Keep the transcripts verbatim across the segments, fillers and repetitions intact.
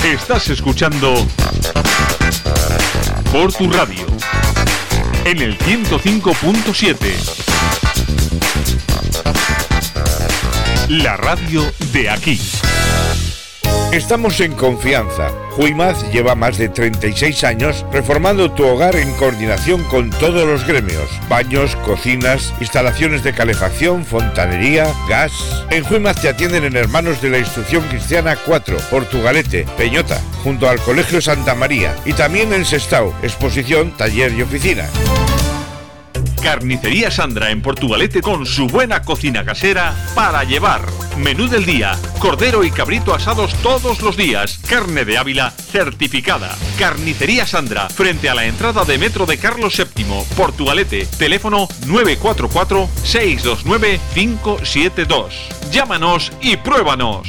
Estás escuchando Por Tu Radio en el ciento cinco punto siete. La radio de aquí. Estamos en confianza. Juimaz lleva más de treinta y seis años reformando tu hogar en coordinación con todos los gremios: baños, cocinas, instalaciones de calefacción, fontanería, gas. En Juimaz te atienden en Hermanos de la Instrucción Cristiana cuatro, Portugalete, Peñota, junto al Colegio Santa María, y también en Sestao, exposición, taller y oficina. Carnicería Sandra en Portugalete, con su buena cocina casera para llevar. Menú del día: cordero y cabrito asados todos los días. Carne de Ávila certificada. Carnicería Sandra, frente a la entrada de Metro de Carlos séptimo, Portugalete. Teléfono nueve cuatro cuatro, seis dos nueve, cinco siete dos. Llámanos y pruébanos.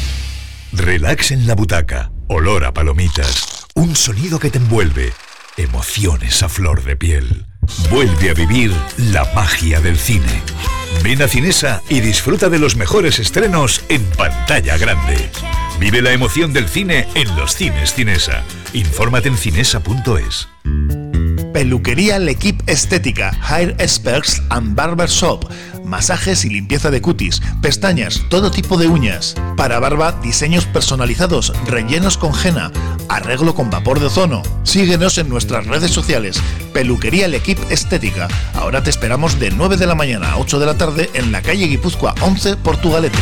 Relax en la butaca, olor a palomitas, un sonido que te envuelve, emociones a flor de piel. Vuelve a vivir la magia del cine. Ven a Cinesa y disfruta de los mejores estrenos en pantalla grande. Vive la emoción del cine en los cines Cinesa. Infórmate en cinesa punto es. Peluquería L'Equipe Estética, Hair Experts and Barber Shop. Masajes y limpieza de cutis, pestañas, todo tipo de uñas. Para barba, diseños personalizados, rellenos con henna, arreglo con vapor de ozono. Síguenos en nuestras redes sociales. Peluquería L'Equipe Estética. Ahora te esperamos de nueve de la mañana a ocho de la tarde en la calle Guipúzcoa once, Portugalete.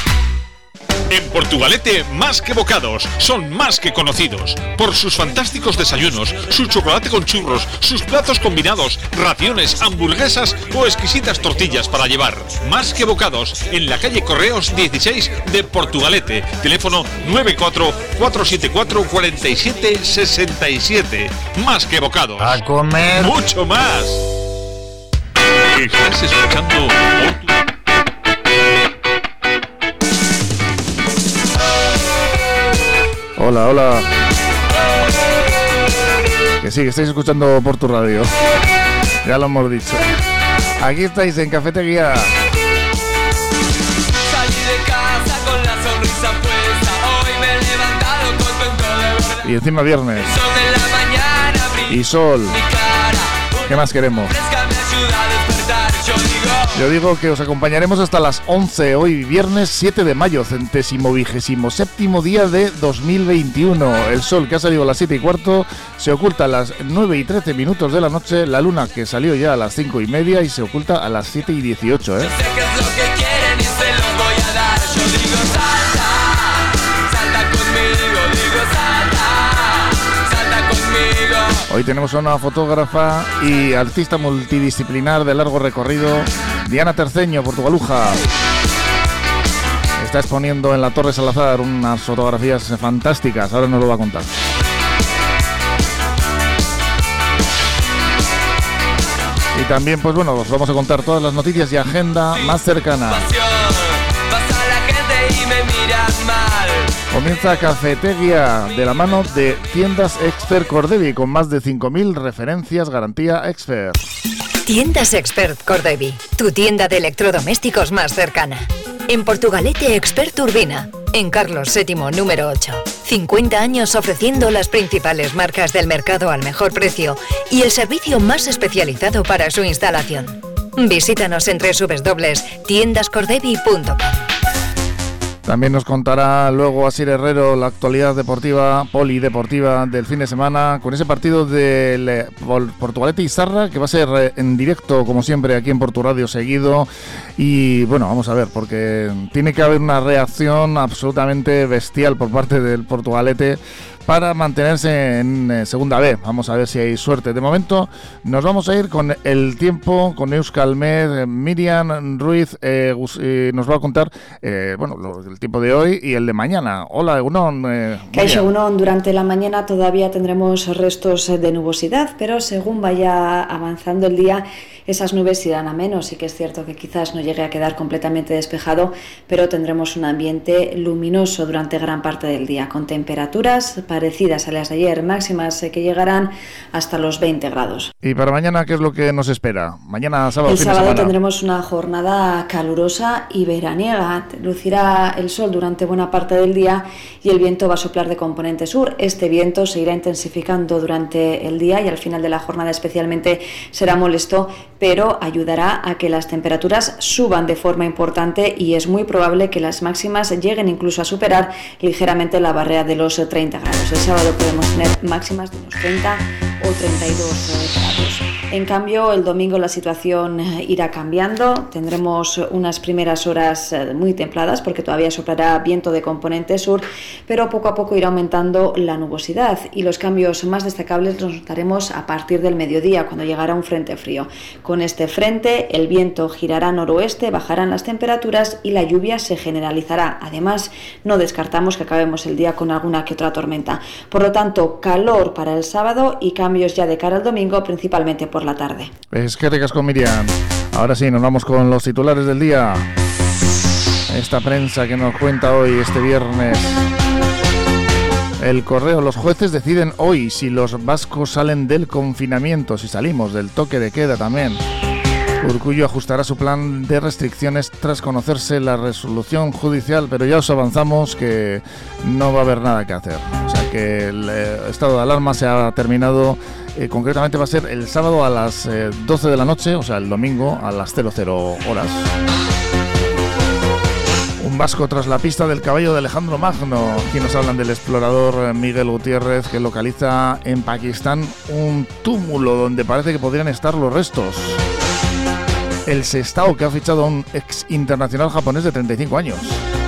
En Portugalete, Más que Bocados son más que conocidos por sus fantásticos desayunos, su chocolate con churros, sus platos combinados, raciones, hamburguesas o exquisitas tortillas para llevar. Más que Bocados en la calle Correos dieciséis de Portugalete. Teléfono nueve cuatro, cuatro siete cuatro, cuatro siete seis siete. Más que Bocados. A comer. Mucho más. Estás escuchando Portu... Hola, hola. Que sí, que estáis escuchando Por Tu Radio. Ya lo hemos dicho. Aquí estáis en Cafetería. Y encima viernes. Y sol. ¿Qué más queremos? Yo digo que os acompañaremos hasta las once, hoy viernes siete de mayo, centésimo vigésimo séptimo día de dos mil veintiuno. El sol, que ha salido a las siete y cuarto, se oculta a las nueve y trece minutos de la noche. La luna, que salió ya a las cinco y media y se oculta a las siete y dieciocho, ¿eh? Hoy tenemos a una fotógrafa y artista multidisciplinar de largo recorrido, Diana Terceño, portugaluja. Está exponiendo en la Torre Salazar unas fotografías fantásticas, ahora nos lo va a contar. Y también, pues bueno, os vamos a contar todas las noticias y agenda más cercana. Comienza Cafetería de la mano de Tiendas Expert Cordevi, con más de cinco mil referencias, garantía Expert. Tiendas Expert Cordevi, tu tienda de electrodomésticos más cercana. En Portugalete, Expert Urbina, en Carlos séptimo número ocho. cincuenta años ofreciendo las principales marcas del mercado al mejor precio y el servicio más especializado para su instalación. Visítanos en doble u doble u doble u punto tiendas cordevi punto com. También nos contará luego Asier Herrero la actualidad deportiva, polideportiva del fin de semana, con ese partido del Portugalete y Sarra, que va a ser en directo, como siempre, aquí en Portu Radio seguido. Y bueno, vamos a ver, porque tiene que haber una reacción absolutamente bestial por parte del Portugalete para mantenerse en eh, Segunda B. Vamos a ver si hay suerte. De momento nos vamos a ir con el tiempo, con Euskalmed. eh, Miriam Ruiz eh, eh, nos va a contar eh, bueno, lo, el tiempo de hoy y el de mañana. Hola, Egunon. Eh, Kaixo, Egunon. Durante la mañana todavía tendremos restos de nubosidad, pero según vaya avanzando el día, esas nubes irán a menos. Sí que es cierto que quizás no llegue a quedar completamente despejado, pero tendremos un ambiente luminoso durante gran parte del día, con temperaturas para parecidas a las de ayer, máximas que llegarán hasta los veinte grados. ¿Y para mañana qué es lo que nos espera? Mañana sábado, El fin de sábado semana. tendremos una jornada calurosa y veraniega. Lucirá el sol durante buena parte del día y el viento va a soplar de componente sur. Este viento se irá intensificando durante el día y al final de la jornada especialmente será molesto, pero ayudará a que las temperaturas suban de forma importante y es muy probable que las máximas lleguen incluso a superar ligeramente la barrera de los treinta grados. El sábado podemos tener máximas de unos treinta o treinta y dos grados. En cambio, el domingo la situación irá cambiando. Tendremos unas primeras horas muy templadas porque todavía soplará viento de componente sur, pero poco a poco irá aumentando la nubosidad y los cambios más destacables los notaremos a partir del mediodía, cuando llegará un frente frío. Con este frente, el viento girará noroeste, bajarán las temperaturas y la lluvia se generalizará. Además, no descartamos que acabemos el día con alguna que otra tormenta. Por lo tanto, calor para el sábado y cambios ya de cara al domingo, principalmente por la tarde. Es que ricas con Miriam. Ahora sí, nos vamos con los titulares del día. Esta prensa que nos cuenta hoy, este viernes. El Correo, los jueces deciden hoy si los vascos salen del confinamiento, si salimos del toque de queda también. Urkullu ajustará su plan de restricciones tras conocerse la resolución judicial, pero ya os avanzamos que no va a haber nada que hacer. O sea que el eh, estado de alarma se ha terminado, eh, concretamente va a ser el sábado a las eh, doce de la noche, o sea el domingo a las cero cero horas. Un vasco tras la pista del caballo de Alejandro Magno. Aquí nos hablan del explorador Miguel Gutiérrez, que localiza en Pakistán un túmulo donde parece que podrían estar los restos. El Sestao, que ha fichado a un ex internacional japonés de treinta y cinco años.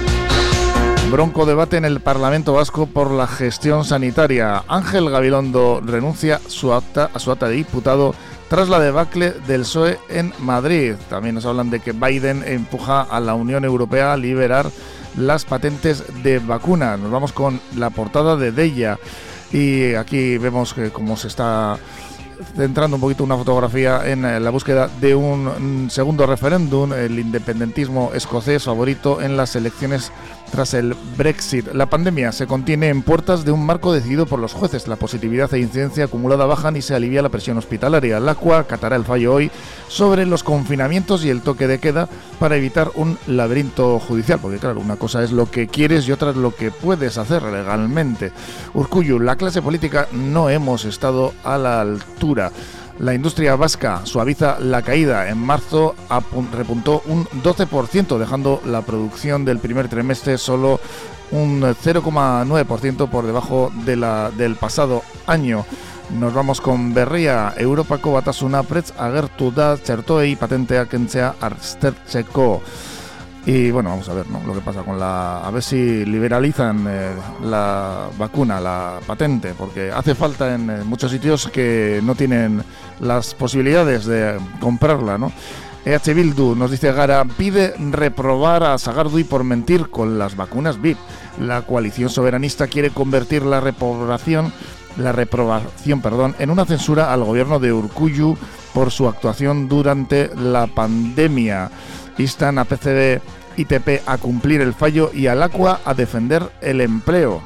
Bronco debate en el Parlamento Vasco por la gestión sanitaria. Ángel Gabilondo renuncia su acta, a su acta de diputado tras la debacle del P S O E en Madrid. También nos hablan de que Biden empuja a la Unión Europea a liberar las patentes de vacuna. Nos vamos con la portada de Deia y aquí vemos que cómo se está centrando un poquito una fotografía en la búsqueda de un segundo referéndum, el independentismo escocés favorito en las elecciones tras el Brexit. La pandemia se contiene en puertas de un marco decidido por los jueces. La positividad e incidencia acumulada bajan y se alivia la presión hospitalaria. La C U A acatará el fallo hoy sobre los confinamientos y el toque de queda para evitar un laberinto judicial, porque claro, una cosa es lo que quieres y otra es lo que puedes hacer legalmente. Urkullu, la clase política no hemos estado a la altura. La industria vasca suaviza la caída. En marzo repuntó un doce por ciento, dejando la producción del primer trimestre solo un cero coma nueve por ciento por debajo de la del pasado año. Nos vamos con Berria. Europako batasuna prets agertu da txertoei patentea kentzea aztertzeko. Y bueno, vamos a ver, ¿no?, lo que pasa con la... A ver si liberalizan eh, la vacuna, la patente, porque hace falta en eh, muchos sitios que no tienen las posibilidades de comprarla, ¿no? E H Bildu, nos dice Gara, pide reprobar a Sagardui por mentir con las vacunas V I P. La coalición soberanista quiere convertir la reprobación, la reprobación, perdón, en una censura al gobierno de Urkullu por su actuación durante la pandemia. Instan a P C B I T P a cumplir el fallo y al Aqua a defender el empleo.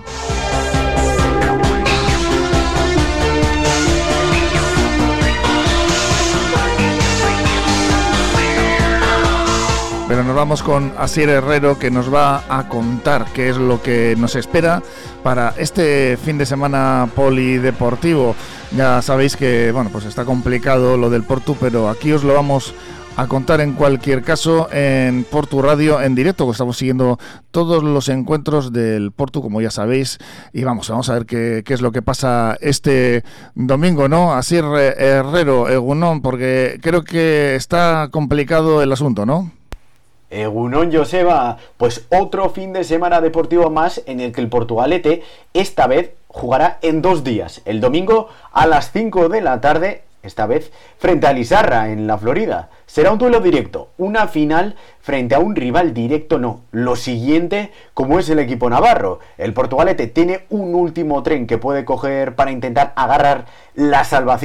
Pero nos vamos con Asier Herrero, que nos va a contar qué es lo que nos espera para este fin de semana polideportivo. Ya sabéis que, bueno, pues está complicado lo del Portu, pero aquí os lo vamos a contar en cualquier caso en Portu Radio en directo, que estamos siguiendo todos los encuentros del Portu, como ya sabéis, y vamos, vamos a ver qué, qué es lo que pasa este domingo, ¿no? Asier Herrero, Egunon, porque creo que está complicado el asunto, ¿no? Egunon, Joseba, pues otro fin de semana deportivo más en el que el Portugalete esta vez jugará en dos días, el domingo a las cinco de la tarde, esta vez frente a Lizarra en la Florida. Será un duelo directo, una final frente a un rival directo, no, lo siguiente como es el equipo navarro. El Portugalete tiene un último tren que puede coger para intentar agarrar la salvación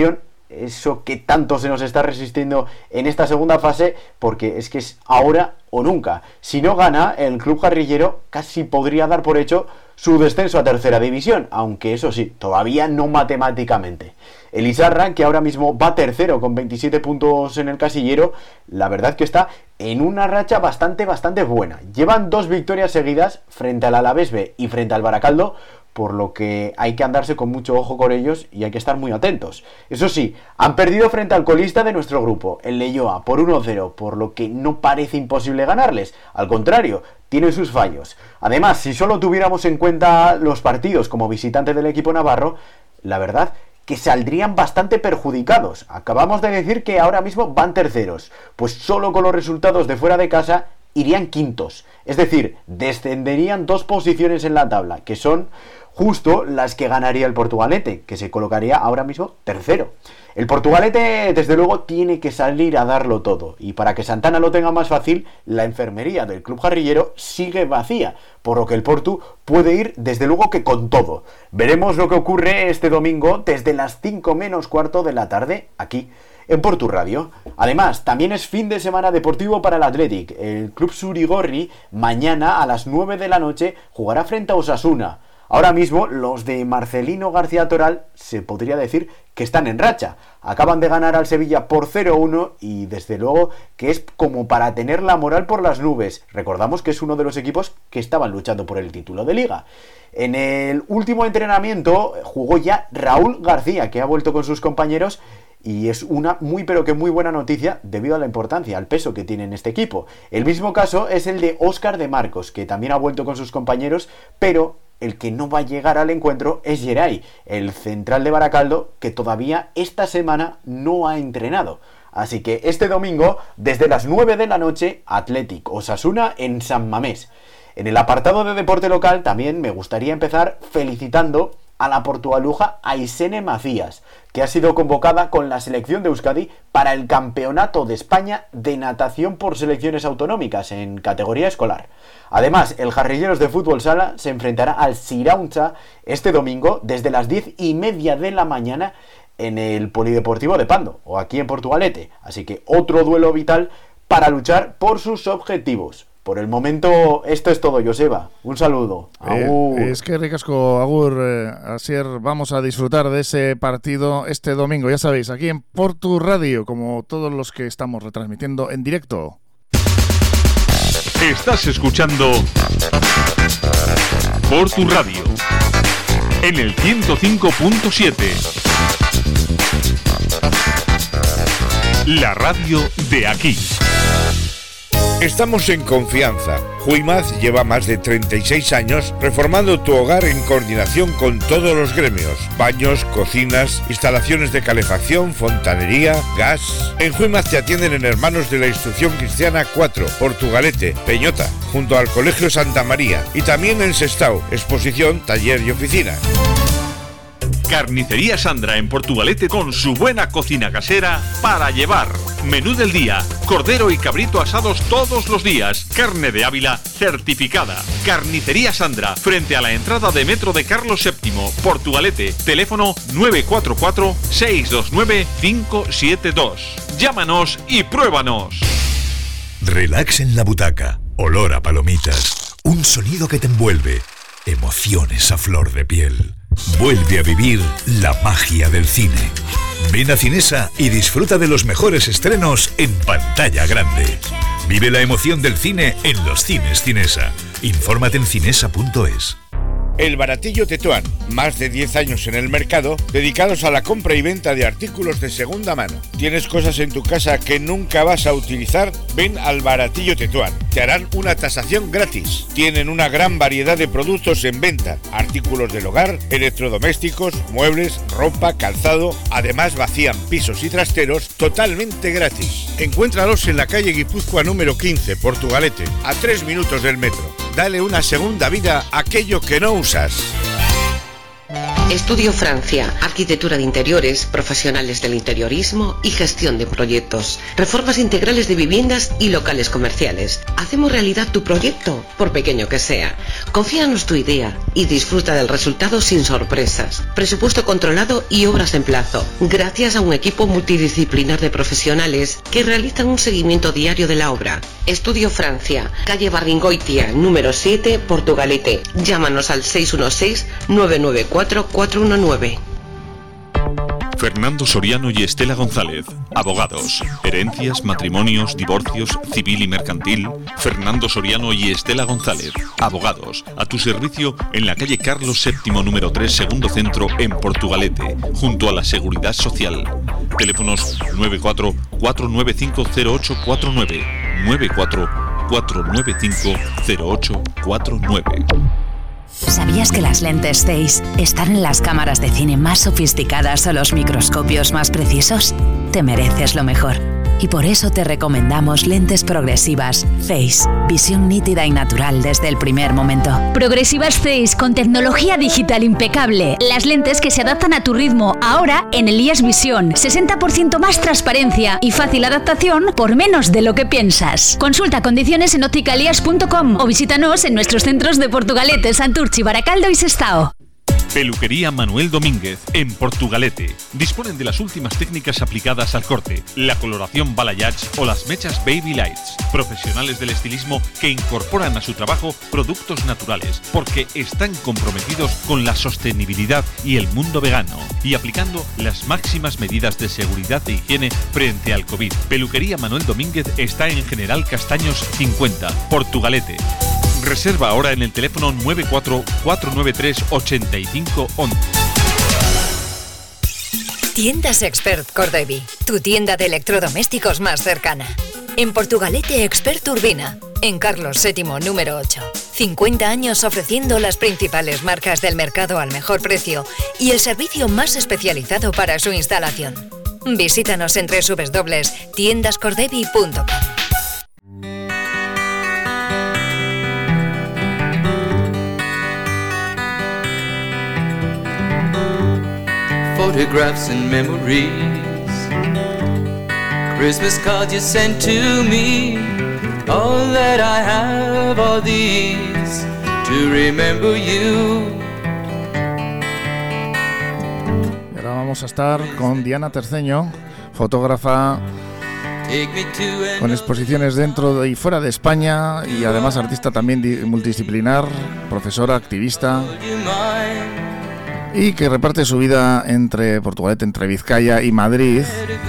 eso que tanto se nos está resistiendo en esta segunda fase, porque es que es ahora o nunca. Si no gana, el club jarrillero casi podría dar por hecho su descenso a tercera división, aunque eso sí, todavía no matemáticamente. El Izarra, que ahora mismo va tercero con veintisiete puntos en el casillero, la verdad que está en una racha bastante, bastante buena. Llevan dos victorias seguidas frente al Alavés B y frente al Baracaldo, por lo que hay que andarse con mucho ojo con ellos y hay que estar muy atentos. Eso sí, han perdido frente al colista de nuestro grupo, el Leioa, por uno cero, por lo que no parece imposible ganarles. Al contrario, tienen sus fallos. Además, si solo tuviéramos en cuenta los partidos como visitante del equipo navarro, la verdad que saldrían bastante perjudicados. Acabamos de decir que ahora mismo van terceros, pues solo con los resultados de fuera de casa irían quintos. Es decir, descenderían dos posiciones en la tabla, que son justo las que ganaría el Portugalete, que se colocaría ahora mismo tercero. El Portugalete, desde luego, tiene que salir a darlo todo, y para que Santana lo tenga más fácil, la enfermería del club jarrillero sigue vacía, por lo que el Portu puede ir, desde luego, que con todo. Veremos lo que ocurre este domingo desde las cinco menos cuarto de la tarde, aquí en Portu Radio. Además, también es fin de semana deportivo para el Athletic. El club Surigorri mañana a las nueve de la noche jugará frente a Osasuna. Ahora mismo los de Marcelino García Toral se podría decir que están en racha. Acaban de ganar al Sevilla por cero uno y desde luego que es como para tener la moral por las nubes. Recordamos que es uno de los equipos que estaban luchando por el título de liga. En el último entrenamiento jugó ya Raúl García, que ha vuelto con sus compañeros, y es una muy pero que muy buena noticia debido a la importancia, al peso que tiene en este equipo. El mismo caso es el de Óscar de Marcos, que también ha vuelto con sus compañeros, pero el que no va a llegar al encuentro es Geray, el central de Baracaldo, que todavía esta semana no ha entrenado. Así que este domingo, desde las nueve de la noche, Athletic Osasuna en San Mamés. En el apartado de deporte local también me gustaría empezar felicitando a la portugaluja Aisene Macías, que ha sido convocada con la selección de Euskadi para el Campeonato de España de Natación por Selecciones Autonómicas en categoría escolar. Además, el Jarrilleros de Fútbol Sala se enfrentará al Sirauncha este domingo desde las diez y media de la mañana en el Polideportivo de Pando, o aquí en Portugalete. Así que otro duelo vital para luchar por sus objetivos. Por el momento, esto es todo, Joseba. Un saludo. Agur. Eh, es que ricasco, Agur. Eh, Asier, vamos a disfrutar de ese partido este domingo, ya sabéis, aquí en Portu Radio, como todos los que estamos retransmitiendo en directo. Estás escuchando Portu Radio en el ciento cinco punto siete. La radio de aquí. Estamos en confianza. Juimaz lleva más de treinta y seis años reformando tu hogar en coordinación con todos los gremios. Baños, cocinas, instalaciones de calefacción, fontanería, gas. En Juimaz te atienden en Hermanos de la Instrucción Cristiana cuatro, Portugalete, Peñota, junto al Colegio Santa María. Y también en Sestao, exposición, taller y oficina. Carnicería Sandra en Portugalete con su buena cocina casera para llevar. Menú del día, cordero y cabrito asados todos los días. Carne de Ávila certificada. Carnicería Sandra, frente a la entrada de Metro de Carlos séptimo, Portugalete. Teléfono nueve cuatro cuatro, seis dos nueve, cinco siete dos. Llámanos y pruébanos. Relax en la butaca, olor a palomitas, un sonido que te envuelve, emociones a flor de piel. Vuelve a vivir la magia del cine. Ven a Cinesa y disfruta de los mejores estrenos en pantalla grande. Vive la emoción del cine en los cines Cinesa. Infórmate en cinesa punto es. El Baratillo Tetuán, más de diez años en el mercado, dedicados a la compra y venta de artículos de segunda mano. ¿Tienes cosas en tu casa que nunca vas a utilizar? Ven al Baratillo Tetuán. Te harán una tasación gratis. Tienen una gran variedad de productos en venta. Artículos del hogar, electrodomésticos, muebles, ropa, calzado. Además vacían pisos y trasteros totalmente gratis. Encuéntralos en la calle Guipúzcoa número quince, Portugalete, a tres minutos del metro. Dale una segunda vida a aquello que no usas. Estudio Francia, arquitectura de interiores, profesionales del interiorismo y gestión de proyectos, reformas integrales de viviendas y locales comerciales. Hacemos realidad tu proyecto, por pequeño que sea. Confíanos tu idea y disfruta del resultado sin sorpresas. Presupuesto controlado y obras en plazo, gracias a un equipo multidisciplinar de profesionales que realizan un seguimiento diario de la obra. Estudio Francia, calle Barringoitia, número siete, Portugalete. Llámanos al seis uno seis, nueve nueve cuatro, cuatro uno nueve. Fernando Soriano y Estela González, abogados, herencias, matrimonios, divorcios, civil y mercantil. Fernando Soriano y Estela González, abogados, a tu servicio en la calle Carlos séptimo, número tres, segundo centro, en Portugalete, junto a la Seguridad Social. Teléfonos nueve cuatro cuatro nueve cinco cero ocho cuatro nueve, nueve cuatro cuatro nueve cinco cero ocho cuatro nueve. ¿Sabías que las lentes Zeiss están en las cámaras de cine más sofisticadas o los microscopios más precisos? Te mereces lo mejor. Y por eso te recomendamos lentes progresivas Zeiss. Visión nítida y natural desde el primer momento. Progresivas Zeiss con tecnología digital impecable. Las lentes que se adaptan a tu ritmo. Ahora en Elías Visión. sesenta por ciento más transparencia y fácil adaptación por menos de lo que piensas. Consulta condiciones en óptica elías punto com o visítanos en nuestros centros de Portugalete, Santurchi, Baracaldo y Sestao. Peluquería Manuel Domínguez, en Portugalete. Disponen de las últimas técnicas aplicadas al corte, la coloración balayage o las mechas baby lights. Profesionales del estilismo que incorporan a su trabajo productos naturales, porque están comprometidos con la sostenibilidad y el mundo vegano, y aplicando las máximas medidas de seguridad e higiene frente al COVID. Peluquería Manuel Domínguez está en General Castaños cincuenta, Portugalete. Reserva ahora en el teléfono nueve cuatro cuatro nueve tres ocho cinco uno uno. Tiendas Expert Cordevi, tu tienda de electrodomésticos más cercana. En Portugalete Expert Urbina, en Carlos séptimo, número ocho. cincuenta años ofreciendo las principales marcas del mercado al mejor precio y el servicio más especializado para su instalación. Visítanos en doble u doble u doble u punto tiendas cordevi punto com. Photographs and memories, Christmas cards you sent to me, all that I have are these to remember you. Y ahora vamos a estar con Diana Terceño, fotógrafa con exposiciones dentro y fuera de España y además artista también multidisciplinar, profesora, activista, y que reparte su vida entre Portugalete, entre Vizcaya y Madrid.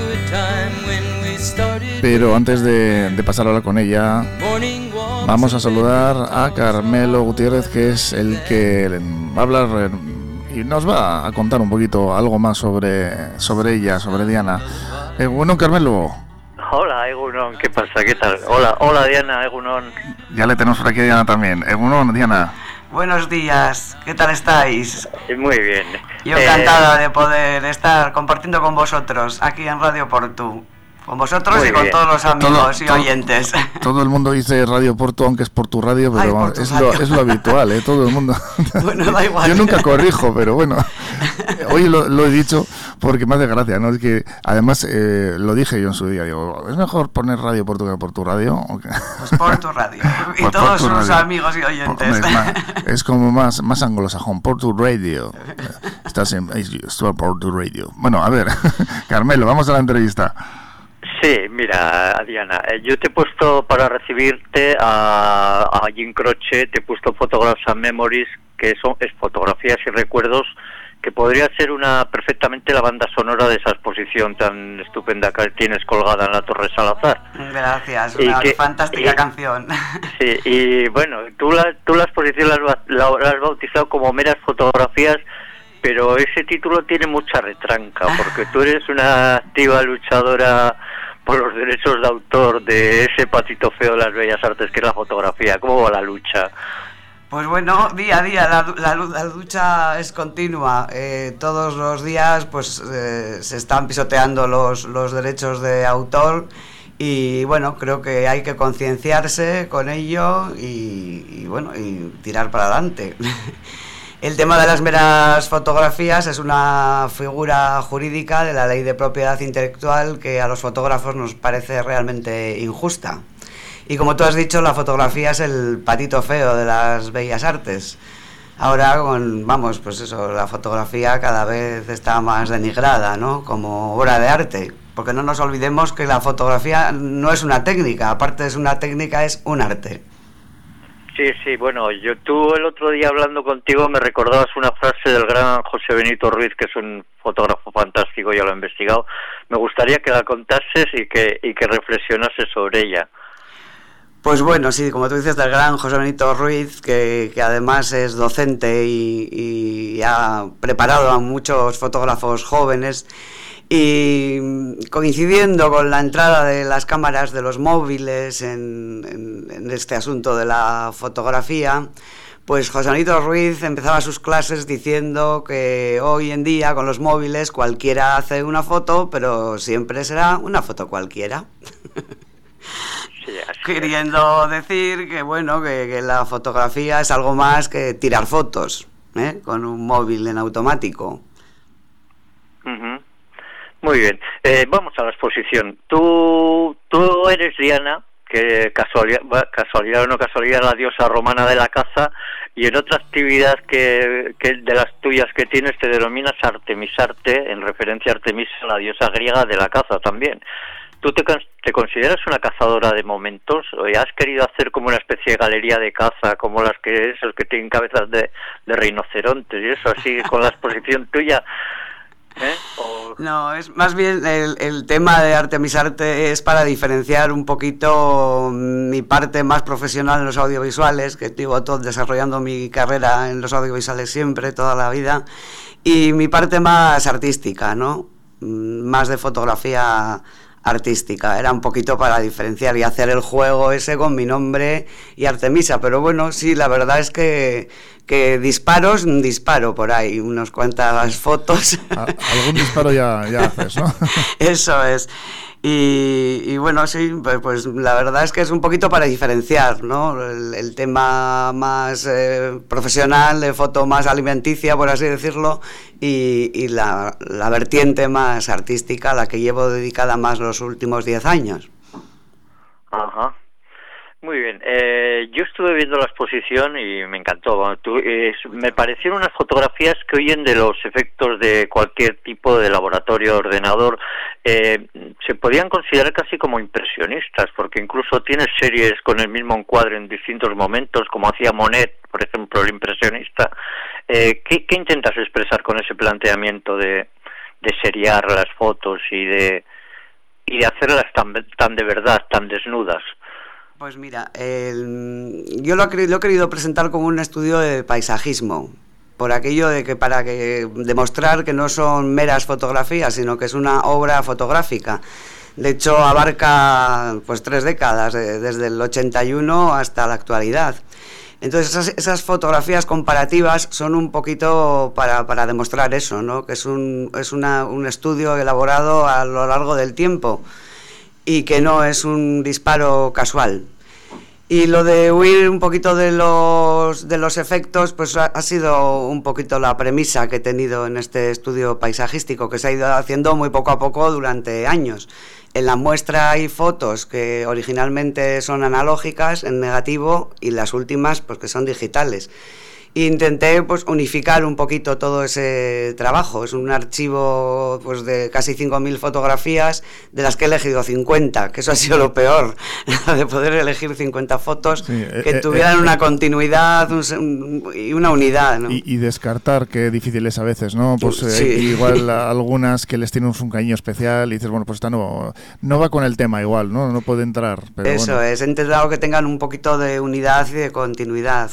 Pero antes de, de pasar a hablar con ella, vamos a saludar a Carmelo Gutiérrez, que es el que va a hablar y nos va a contar un poquito algo más sobre, sobre ella, sobre Diana. Eh, bueno, Carmelo. Hola, Egunon, ¿qué pasa? ¿Qué tal? Hola, hola Diana, Egunon. Ya le tenemos por aquí a Diana también. Egunon, Diana. Buenos días, ¿qué tal estáis? Muy bien. Yo encantada eh... de poder estar compartiendo con vosotros aquí en Radio Portu. Con vosotros Muy y con bien. todos los amigos todo, y todo, oyentes. Todo el mundo dice Radio Portu, aunque es por tu radio, pero Ay, tu es, radio. Lo, es lo habitual, ¿eh? Todo el mundo. Bueno, da igual. Yo nunca corrijo, pero bueno. Hoy lo, lo he dicho porque me hace gracia, ¿no? Es que además eh, lo dije yo en su día, digo, ¿es mejor poner Radio Portu que por tu radio? ¿O qué? Pues por tu radio. Y por, todos por sus radio. Amigos y oyentes. Por, es, más, es como más, más anglosajón, por tu radio. Estás en por tu radio. Bueno, a ver, Carmelo, vamos a la entrevista. Sí, mira, Diana, yo te he puesto para recibirte a, a Jim Croce, te he puesto Photographs and Memories, que son es fotografías y recuerdos, que podría ser una perfectamente la banda sonora de esa exposición tan estupenda que tienes colgada en la Torre Salazar. Gracias, una que, fantástica y, canción. Sí, y bueno, tú la, tú la exposición la, la, la has bautizado como meras fotografías, pero ese título tiene mucha retranca, porque tú eres una activa luchadora por los derechos de autor de ese patito feo de las bellas artes que es la fotografía. ¿Cómo va la lucha? Pues bueno, día a día, la, la, la lucha es continua. Eh, todos los días pues eh, se están pisoteando los, los derechos de autor y bueno, creo que hay que concienciarse con ello y, y bueno, y tirar para adelante. El tema de las meras fotografías es una figura jurídica de la ley de propiedad intelectual que a los fotógrafos nos parece realmente injusta. Y como tú has dicho, la fotografía es el patito feo de las bellas artes. Ahora, con, vamos, pues eso, la fotografía cada vez está más denigrada, ¿no? Como obra de arte. Porque no nos olvidemos que la fotografía no es una técnica, aparte de ser una técnica, es un arte. Sí, sí, bueno, yo tú el otro día hablando contigo me recordabas una frase del gran José Benito Ruiz, que es un fotógrafo fantástico, ya lo he investigado. Me gustaría que la contases y que, y que reflexionases sobre ella. Pues bueno, sí, como tú dices, del gran José Benito Ruiz, que, que además es docente y, y ha preparado a muchos fotógrafos jóvenes. Y coincidiendo con la entrada de las cámaras de los móviles en, en, en este asunto de la fotografía, pues José Benito Ruiz empezaba sus clases diciendo que hoy en día con los móviles cualquiera hace una foto, pero siempre será una foto cualquiera. Sí, queriendo decir que bueno, que, que la fotografía es algo más que tirar fotos, ¿eh? Con un móvil en automático. Uh-huh. Muy bien, eh, vamos a la exposición. Tú, tú eres Diana, que casualidad, casualidad o no casualidad, la diosa romana de la caza, y en otra actividad que, que de las tuyas que tienes te denominas Artemisarte, en referencia a Artemisa, la diosa griega de la caza también. ¿Tú te, te consideras una cazadora de momentos? ¿O has querido hacer como una especie de galería de caza, como las que esos que tienen cabezas de, de rinocerontes y eso, así con la exposición tuya? ¿Eh? O... No, es más bien el, el tema de Artemisarte es para diferenciar un poquito mi parte más profesional en los audiovisuales, que llevo todo desarrollando mi carrera en los audiovisuales siempre, toda la vida, y mi parte más artística, ¿no? Más de fotografía artística. Era un poquito para diferenciar y hacer el juego ese con mi nombre y Artemisa, pero bueno, sí, la verdad es que que disparos, disparo por ahí, unas cuantas fotos. Algún disparo ya, ya haces, ¿no? Eso es. Y, y bueno, sí, pues, pues la verdad es que es un poquito para diferenciar, ¿no? El, el tema más eh, profesional, de foto más alimenticia, por así decirlo, y, y la, la vertiente más artística, la que llevo dedicada más los últimos diez años. Ajá. Muy bien, eh, yo estuve viendo la exposición y me encantó. Bueno, tú, eh, me parecieron unas fotografías que oyen de los efectos de cualquier tipo de laboratorio de ordenador. Eh, se podían considerar casi como impresionistas, porque incluso tienes series con el mismo encuadre en distintos momentos, como hacía Monet, por ejemplo, el impresionista. Eh, ¿qué, ¿Qué intentas expresar con ese planteamiento de, de seriar las fotos y de, y de hacerlas tan, tan de verdad, tan desnudas? Pues mira, el, yo lo, lo he querido presentar como un estudio de paisajismo, por aquello de que para que demostrar que no son meras fotografías, sino que es una obra fotográfica. De hecho, abarca pues tres décadas, desde el ochenta y uno hasta la actualidad. Entonces, esas, esas fotografías comparativas son un poquito para, para demostrar eso, ¿no? Que es un, es una, un estudio elaborado a lo largo del tiempo y que no es un disparo casual. Y lo de huir un poquito de los, de los efectos, pues ha, ha sido un poquito la premisa que he tenido en este estudio paisajístico, que se ha ido haciendo muy poco a poco durante años. En la muestra hay fotos que originalmente son analógicas, en negativo, y las últimas pues que son digitales. Intenté pues unificar un poquito todo ese trabajo. Es un archivo pues de casi cinco mil fotografías, de las que he elegido cincuenta, que eso ha sido lo peor, de poder elegir cincuenta fotos sí, que eh, tuvieran eh, una eh, continuidad un, un, y una unidad, ¿no? Y, y descartar, que difícil es a veces, ¿no? Pues eh, sí. Igual algunas que les tienen un cariño especial y dices, bueno, pues esta no, no va con el tema igual, ¿no? No puede entrar. Pero eso bueno. es, he intentado que tengan un poquito de unidad y de continuidad.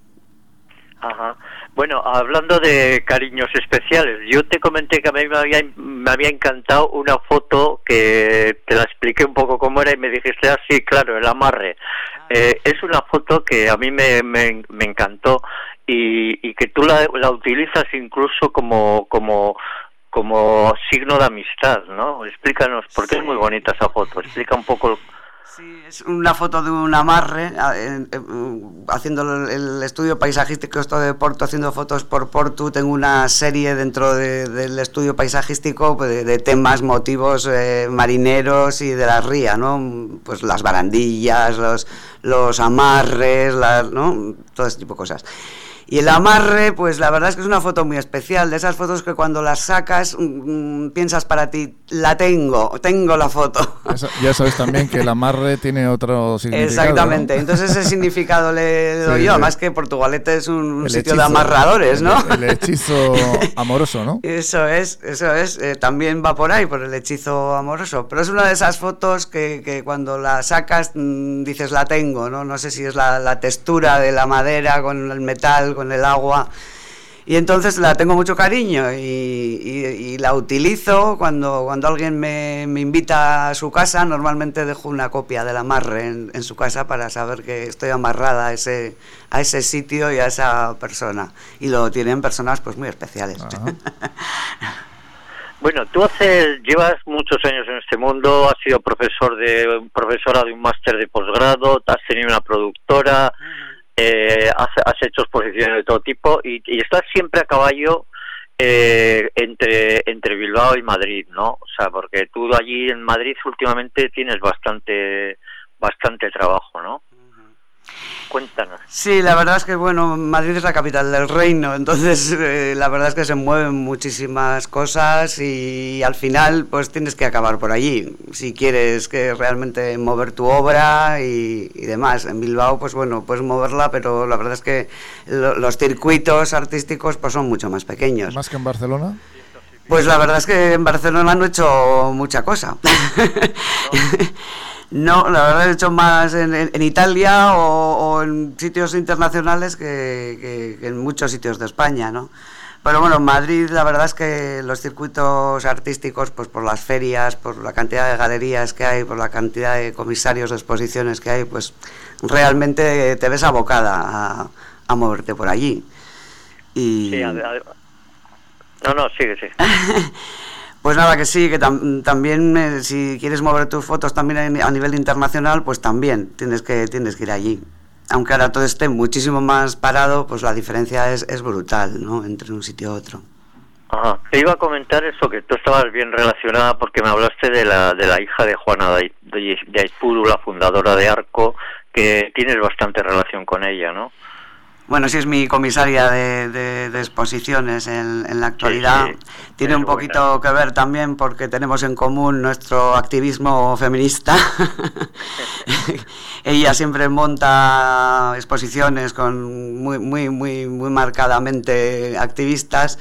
Ajá. Bueno, hablando de cariños especiales, yo te comenté que a mí me había, me había encantado una foto que te la expliqué un poco cómo era y me dijiste, ah, sí, claro, el amarre. Eh, es una foto que a mí me, me, me encantó y, y que tú la, la utilizas incluso como, como, como signo de amistad, ¿no? Explícanos, porque sí. Es muy bonita esa foto, explica un poco... Sí, es una foto de un amarre, haciendo el estudio paisajístico esto de Porto, haciendo fotos por Porto. Tengo una serie dentro de, del estudio paisajístico de, de temas, motivos eh, marineros y de la ría, ¿no? Pues las barandillas, los, los amarres, las, ¿no? Todo ese tipo de cosas. Y el amarre, pues la verdad es que es una foto muy especial, de esas fotos que cuando las sacas mmm, piensas para ti, la tengo, tengo la foto. Eso, ya sabes también que el amarre tiene otro significado. Exactamente, ¿no? Entonces ese significado le doy sí, yo, además que Portugalete es un sitio hechizo, de amarradores, ¿no? El, el hechizo amoroso, ¿no? Eso es, eso es, eh, también va por ahí, por el hechizo amoroso, pero es una de esas fotos que, que cuando la sacas mmm, dices, la tengo, ¿no? No sé si es la, la textura de la madera con el metal, con el agua, y entonces la tengo mucho cariño y, y, y la utilizo cuando, cuando alguien me, me invita a su casa. Normalmente dejo una copia del amarre en, en su casa para saber que estoy amarrada a ese, a ese sitio y a esa persona, y lo tienen personas pues muy especiales. Bueno, tú haces, llevas muchos años en este mundo, has sido profesor de profesora de un máster de posgrado, has tenido una productora, Eh, has, has hecho exposiciones de todo tipo y, y estás siempre a caballo eh, entre entre Bilbao y Madrid, ¿no? O sea, porque tú allí en Madrid últimamente tienes bastante bastante trabajo, ¿no? Cuéntanos. Sí, la verdad es que, bueno, Madrid es la capital del reino, entonces eh, la verdad es que se mueven muchísimas cosas y al final pues tienes que acabar por allí, si quieres que realmente mover tu obra y, y demás. En Bilbao, pues bueno, puedes moverla, pero la verdad es que lo, los circuitos artísticos pues son mucho más pequeños. ¿Más que en Barcelona? Pues la verdad es que en Barcelona no he hecho mucha cosa. No, la verdad he hecho más en, en, en Italia o, o en sitios internacionales que, que, que en muchos sitios de España, ¿no? Pero bueno, en Madrid la verdad es que los circuitos artísticos, pues por las ferias, por la cantidad de galerías que hay, por la cantidad de comisarios de exposiciones que hay, pues realmente te ves abocada a, a moverte por allí. Y... Sí, a, a, no, no, sigue, sí. Pues nada, que sí, que tam también eh, si quieres mover tus fotos también a nivel internacional, pues también tienes que tienes que ir allí. Aunque ahora todo esté muchísimo más parado, pues la diferencia es, es brutal, ¿no? Entre un sitio y otro. Ajá. Te iba a comentar eso, que tú estabas bien relacionada porque me hablaste de la de la hija de Juana de, de, de Aizpuru, la fundadora de Arco, que tienes bastante relación con ella, ¿no? Bueno, sí, es mi comisaria de, de, de exposiciones en, en la actualidad. Sí, sí. Tiene un poquito buena. que ver también porque tenemos en común nuestro activismo feminista. Ella siempre monta exposiciones con muy, muy, muy, muy marcadamente activistas.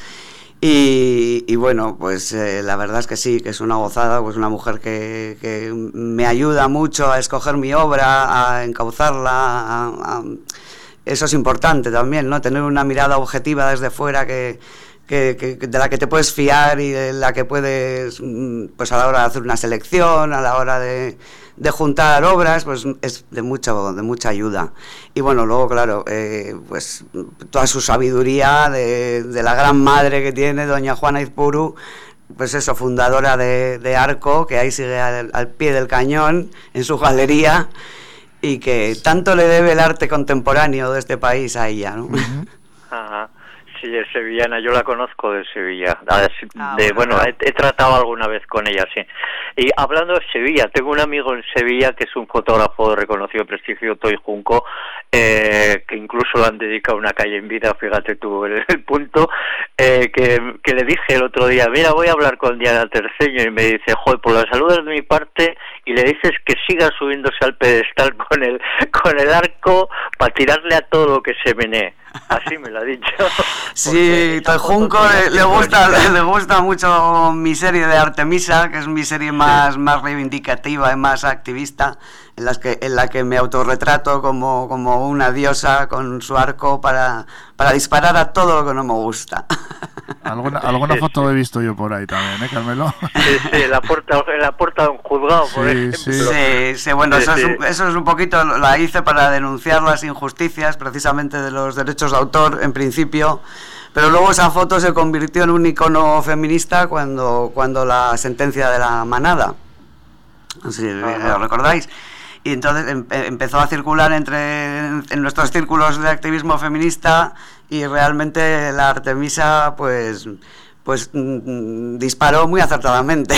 Y, y bueno, pues eh, la verdad es que sí, que es una gozada, pues una mujer que, que me ayuda mucho a escoger mi obra, a encauzarla, a... a eso es importante también, ¿no? Tener una mirada objetiva desde fuera que, que, que de la que te puedes fiar y de la que puedes, pues a la hora de hacer una selección, a la hora de, de juntar obras, pues es de mucho, de mucha ayuda. Y bueno, luego, claro, eh, pues toda su sabiduría de, de la gran madre que tiene, doña Juana Aizpuru, pues eso, fundadora de, de Arco, que ahí sigue al, al pie del cañón, en su galería, y que tanto le debe el arte contemporáneo de este país a ella, ¿no? Uh-huh. Ajá. Sí, es sevillana, yo la conozco de Sevilla. De, bueno, he, he tratado alguna vez con ella, sí. Y hablando de Sevilla, tengo un amigo en Sevilla que es un fotógrafo de reconocido prestigio, Toy Junco, eh, que incluso le han dedicado una calle en vida, fíjate tú el, el punto, eh, que, que le dije el otro día, mira, voy a hablar con Diana Terceño, y me dice, joder, pues la saludas de mi parte y le dices que siga subiéndose al pedestal con el, con el arco para tirarle a todo lo que se menee. Así me lo ha dicho. Sí, Toy Junco le, le gusta le, le gusta mucho mi serie de Artemisa, que es mi serie más, más reivindicativa y más activista, en las que en la que me autorretrato como, como una diosa con su arco para, para disparar a todo lo que no me gusta. Alguna, alguna sí, foto sí. he visto yo por ahí también, ¿eh, Carmelo? Sí, sí, en la puerta, en la puerta de un juzgado, por sí, ejemplo. Sí, sí, sí bueno, sí, eso, sí. Es un, eso es un poquito, la hice para denunciar las injusticias, precisamente de los derechos de autor, en principio, pero luego esa foto se convirtió en un icono feminista cuando, cuando la sentencia de la manada, no sé si lo recordáis. y entonces em, empezó a circular entre en nuestros círculos de activismo feminista y realmente la Artemisa pues pues mm, disparó muy acertadamente.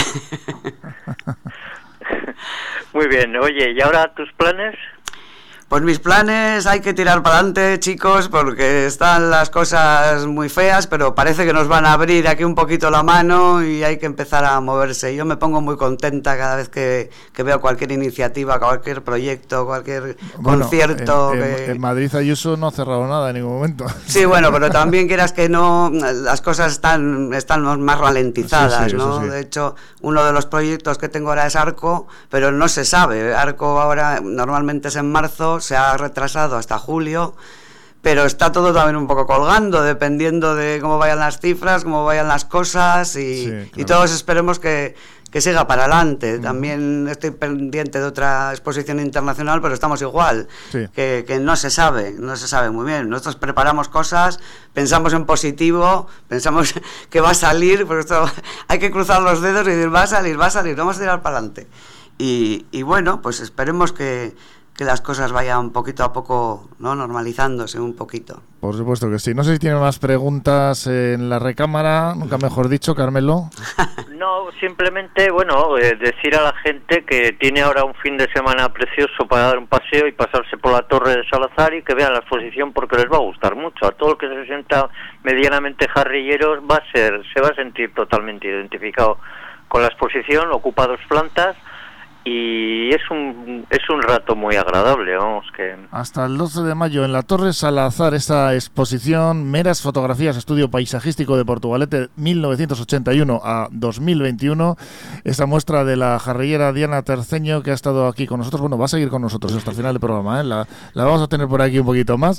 Muy bien, oye, ¿y ahora tus planes? Pues mis planes, hay que tirar para adelante, chicos, porque están las cosas muy feas, pero parece que nos van a abrir aquí un poquito la mano y hay que empezar a moverse. Yo me pongo muy contenta cada vez que, que veo cualquier iniciativa, cualquier proyecto, cualquier bueno, concierto. En, que... en, en Madrid Ayuso no ha cerrado nada en ningún momento. Sí, bueno, pero también quieras que no, las cosas están, están más ralentizadas, sí, sí, ¿no? Sí. De hecho, uno de los proyectos que tengo ahora es Arco, pero no se sabe. Arco ahora normalmente es en marzo, se ha retrasado hasta julio, pero está todo también un poco colgando, dependiendo de cómo vayan las cifras, cómo vayan las cosas y, sí, claro. y todos esperemos que, que siga para adelante. Mm. También estoy pendiente de otra exposición internacional, pero estamos igual, sí. que, que no se sabe, no se sabe muy bien. Nosotros preparamos cosas, pensamos en positivo, pensamos que va a salir, porque esto hay que cruzar los dedos y decir, va a salir, va a salir, vamos a tirar para adelante. Y, y bueno, pues esperemos que que las cosas vayan poquito a poco, ¿no? Normalizándose un poquito. Por supuesto que sí. No sé si tienen más preguntas en la recámara, nunca mejor dicho, Carmelo. No, simplemente, bueno, eh, decir a la gente que tiene ahora un fin de semana precioso para dar un paseo y pasarse por la Torre de Salazar y que vean la exposición porque les va a gustar mucho. A todo el que se sienta medianamente jarrilleros va a ser, se va a sentir totalmente identificado con la exposición, ocupa dos plantas. Y es un es un rato muy agradable, vamos que... Hasta el doce de mayo en la Torre Salazar, esta exposición, Meras Fotografías, Estudio Paisajístico de Portugalete mil novecientos ochenta y uno a dos mil veintiuno, esta muestra de la jarrillera Diana Terceño, que ha estado aquí con nosotros, bueno, va a seguir con nosotros hasta el final del programa, ¿eh? la, la vamos a tener por aquí un poquito más,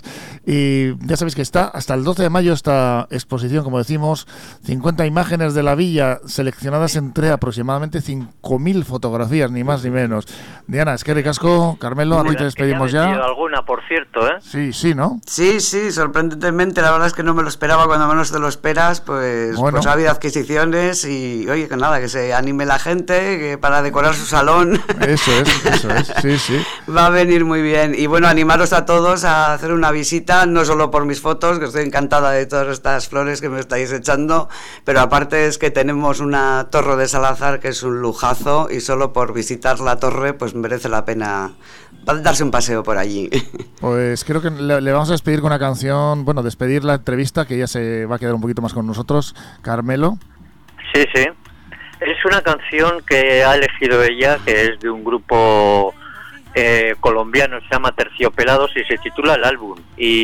y ya sabéis que está hasta el doce de mayo esta exposición, como decimos, cincuenta imágenes de la villa, seleccionadas entre aproximadamente cinco mil fotografías, ni más ni menos. Diana, es que ricasco, Carmelo, a ti te despedimos ya. alguna, por cierto, ¿eh? Sí, sí, ¿no? Sí, sí, sorprendentemente, la verdad es que no me lo esperaba, cuando menos te lo esperas, pues, bueno. pues ha habido adquisiciones y, oye, que nada, que se anime la gente, que para decorar su salón. Eso es, eso es, sí, sí. Va a venir muy bien. Y bueno, animaros a todos a hacer una visita, no solo por mis fotos, que estoy encantada de todas estas flores que me estáis echando, pero aparte es que tenemos una Torre de Salazar que es un lujazo y solo por visitar la torre pues merece la pena darse un paseo por allí. Pues creo que le, le vamos a despedir con una canción, bueno, despedir la entrevista, que ya se va a quedar un poquito más con nosotros. Carmelo. Sí, sí. Es una canción que ha elegido ella, que es de un grupo eh, colombiano, se llama Terciopelados y se titula El Álbum.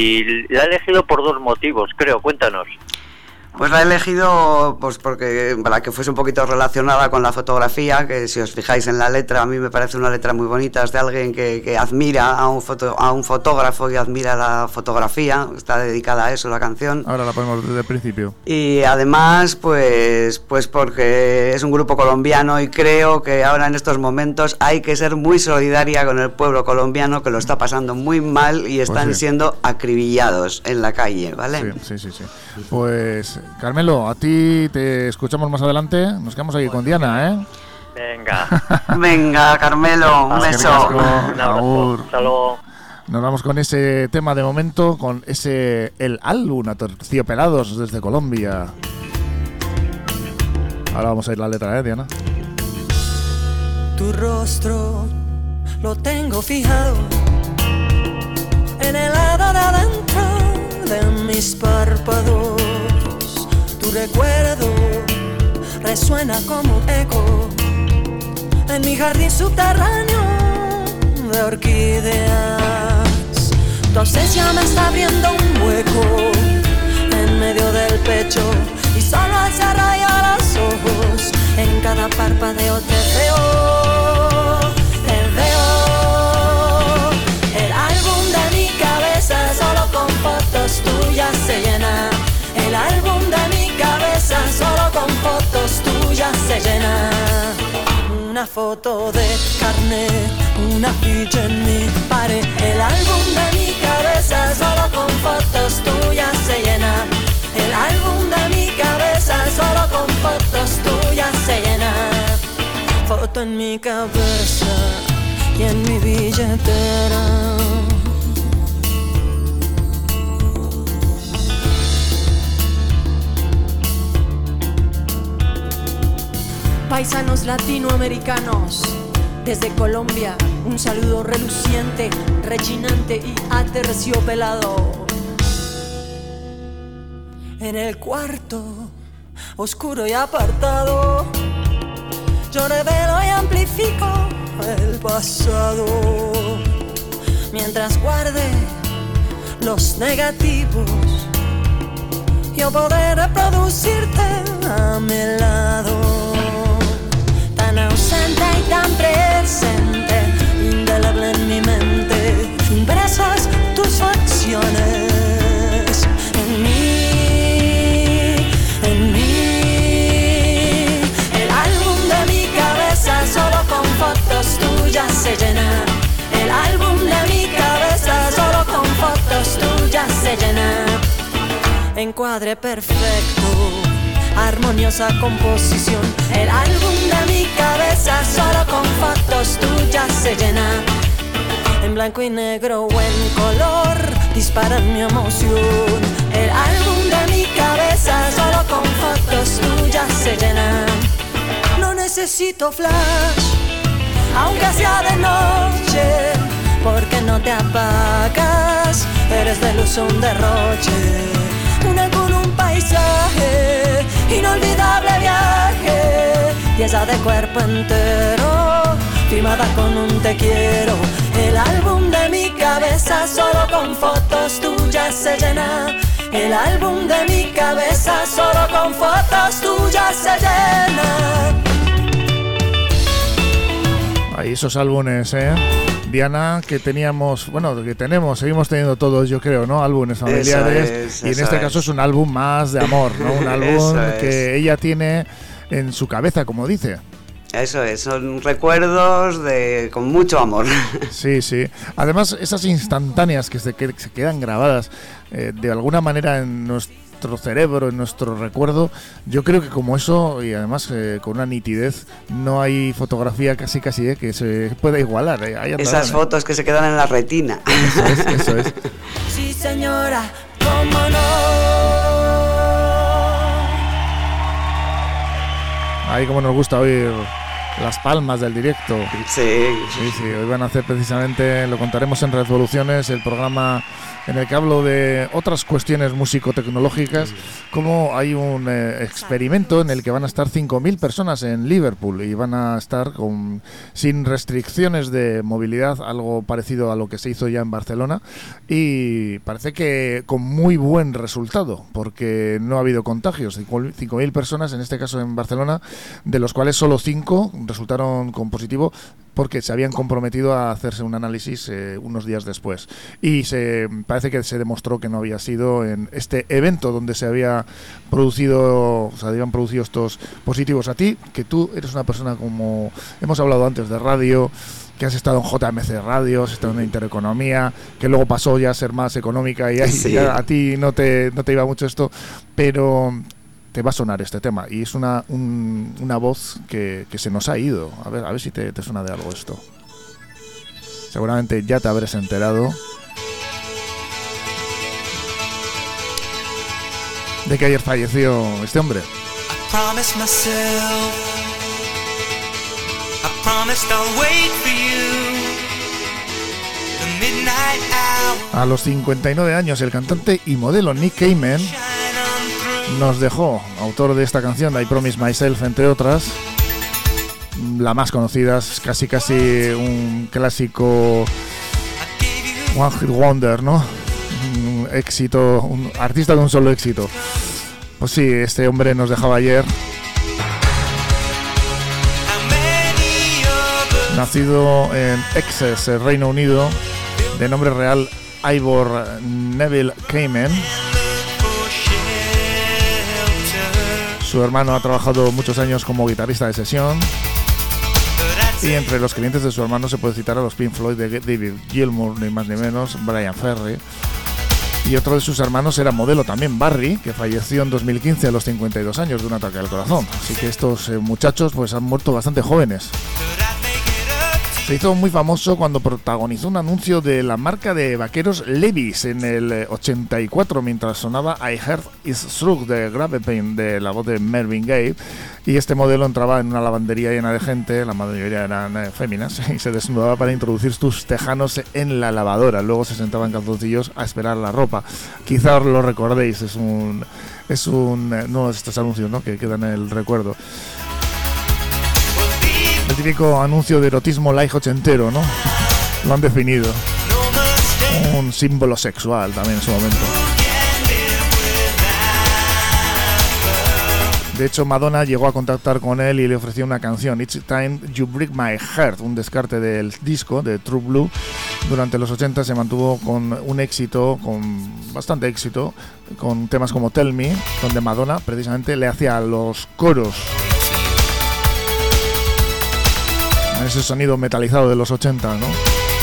Y la ha elegido por dos motivos, creo. Cuéntanos. Pues la he elegido pues porque para que fuese un poquito relacionada con la fotografía, que si os fijáis en la letra, a mí me parece una letra muy bonita, es de alguien que, que admira a un, foto, a un fotógrafo y admira la fotografía, está dedicada a eso la canción. Ahora la ponemos desde el principio. Y además, pues, pues porque es un grupo colombiano y creo que ahora en estos momentos hay que ser muy solidaria con el pueblo colombiano, que lo está pasando muy mal y están pues sí. siendo acribillados en la calle, ¿vale? Sí, sí, sí, sí. Pues... Carmelo, a ti te escuchamos más adelante. Nos quedamos aquí con Diana, ¿eh? Venga. Venga, Carmelo, un beso. Un abrazo. Hasta luego. Nos vamos con ese tema de momento, con ese El Álbum, a Terciopelados desde Colombia. Ahora vamos a ir la letra, ¿eh, Diana? Tu rostro lo tengo fijado en el lado de adentro de mis párpados. Tu recuerdo resuena como eco en mi jardín subterráneo de orquídeas. Tu ausencia me está abriendo un hueco en medio del pecho y solo al cerrar ya los ojos en cada párpadeo te veo, te veo. El álbum de mi cabeza solo con fotos tuyas se llena. El álbum de mi cabeza solo con fotos tuyas se llena. Una foto de carnet, una ficha en mi pared. El álbum de mi cabeza solo con fotos tuyas se llena. El álbum de mi cabeza solo con fotos tuyas se llena. Foto en mi cabeza y en mi billetera. Paisanos latinoamericanos, desde Colombia, un saludo reluciente, rechinante y aterciopelado. En el cuarto, oscuro y apartado, yo revelo y amplifico el pasado, mientras guarde los negativos, yo podré reproducirte a mi lado. Tan ausente y tan presente, indeleble en mi mente, impresas tus facciones en mí, en mí. El álbum de mi cabeza solo con fotos tuyas se llena. El álbum de mi cabeza solo con fotos tuyas se llena. Encuadre perfecto, armoniosa composición. El álbum de mi cabeza solo con fotos tuyas se llena. En blanco y negro o en color disparan mi emoción. El álbum de mi cabeza solo con fotos tuyas se llena. No necesito flash, aunque sea de noche, porque no te apagas. Eres de luz un derroche, una con un paisaje, inolvidable viaje, pieza de cuerpo entero, firmada con un te quiero. El álbum de mi cabeza solo con fotos tuyas se llena. El álbum de mi cabeza solo con fotos tuyas se llena. Ahí esos álbumes, ¿eh? Diana, que teníamos, bueno, que tenemos, seguimos teniendo todos, yo creo, ¿no? Álbumes familiares. Es, y en este es. caso es un álbum más de amor, ¿no? Un álbum Eso que es. ella tiene en su cabeza, como dice. Eso es, son recuerdos de con mucho amor. Sí, sí. Además, esas instantáneas que se, que se quedan grabadas eh, de alguna manera en nuestro cerebro, en nuestro recuerdo, yo creo que como eso, y además eh, con una nitidez, no hay fotografía casi casi eh, que se pueda igualar. Eh. Ahí Esas andarán, fotos eh. que se quedan en la retina. Eso es, eso es. Sí, señora, cómo no. Ahí como nos gusta oír las palmas del directo. Sí. Sí, sí, hoy van a hacer precisamente, lo contaremos en Revoluciones, el programa en el que hablo de otras cuestiones músico-tecnológicas, como hay un eh, experimento en el que van a estar cinco mil personas en Liverpool y van a estar con, sin restricciones de movilidad, algo parecido a lo que se hizo ya en Barcelona, y parece que con muy buen resultado, porque no ha habido contagios. cinco mil personas, en este caso en Barcelona, de los cuales solo cinco resultaron con positivo, porque se habían comprometido a hacerse un análisis eh, unos días después. Y se parece que se demostró que no había sido en este evento donde se había producido, o sea, habían producido estos positivos. A ti, que tú eres una persona, como hemos hablado antes, de radio, que has estado en J M C Radio, has estado en Intereconomía, que luego pasó ya a ser más económica y, Sí. y a, a ti no te, no te iba mucho esto, pero te va a sonar este tema y es una, un, una voz que, que se nos ha ido. A ver, a ver si te, te suena de algo esto. Seguramente ya te habrás enterado de que ayer falleció este hombre. I promised myself, I promised I'll wait for you. The midnight hour. A los cincuenta y nueve años, el cantante y modelo Nick Cayman nos dejó, autor de esta canción, I Promise Myself, entre otras. La más conocida es casi casi un clásico One Hit Wonder, ¿no? Un éxito, un artista de un solo éxito. Pues sí, este hombre nos dejaba ayer. Nacido en Essex, Reino Unido, de nombre real Ivor Neville Cayman. Su hermano ha trabajado muchos años como guitarrista de sesión. Y entre los clientes de su hermano se puede citar a los Pink Floyd de David Gilmour, ni más ni menos, Brian Ferry. Y otro de sus hermanos era modelo también, Barry, que falleció en dos mil quince a los cincuenta y dos años de un ataque al corazón. Así que estos eh, muchachos pues han muerto bastante jóvenes. Se hizo muy famoso cuando protagonizó un anuncio de la marca de vaqueros Levi's en el ochenta y cuatro, mientras sonaba I Heart It's True de Grave Pain, de la voz de Marvin Gaye, y este modelo entraba en una lavandería llena de gente, la mayoría eran eh, féminas, y se desnudaba para introducir sus tejanos en la lavadora. Luego se sentaba en calzoncillos a esperar la ropa. Quizá os lo recordéis, es un es un eh, no estos anuncios, ¿no?, que quedan en el recuerdo. El típico anuncio de erotismo light ochentero, ¿no? Lo han definido. Un símbolo sexual también en su momento. De hecho, Madonna llegó a contactar con él y le ofreció una canción, Each Time You Break My Heart, un descarte del disco de True Blue. Durante los ochenta se mantuvo con un éxito, con bastante éxito, con temas como Tell Me, donde Madonna precisamente le hacía los coros. Ese sonido metalizado de los ochenta, ¿no?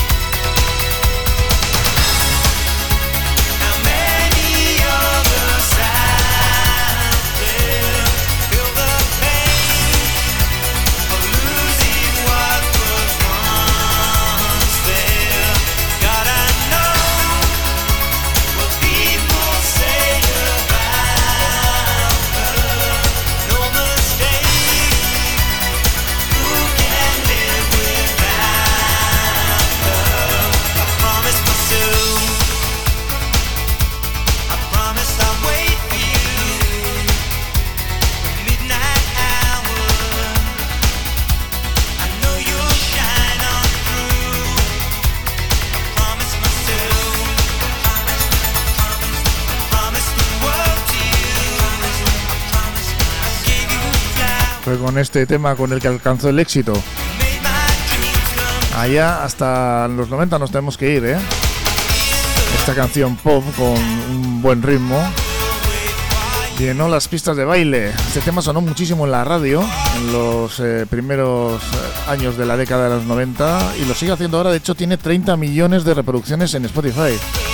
Fue con este tema con el que alcanzó el éxito. Allá hasta los noventa nos tenemos que ir, ¿eh? Esta canción pop con un buen ritmo llenó las pistas de baile. Este tema sonó muchísimo en la radio en los eh, primeros años de la década de los noventa y lo sigue haciendo ahora. De hecho, tiene treinta millones de reproducciones en Spotify.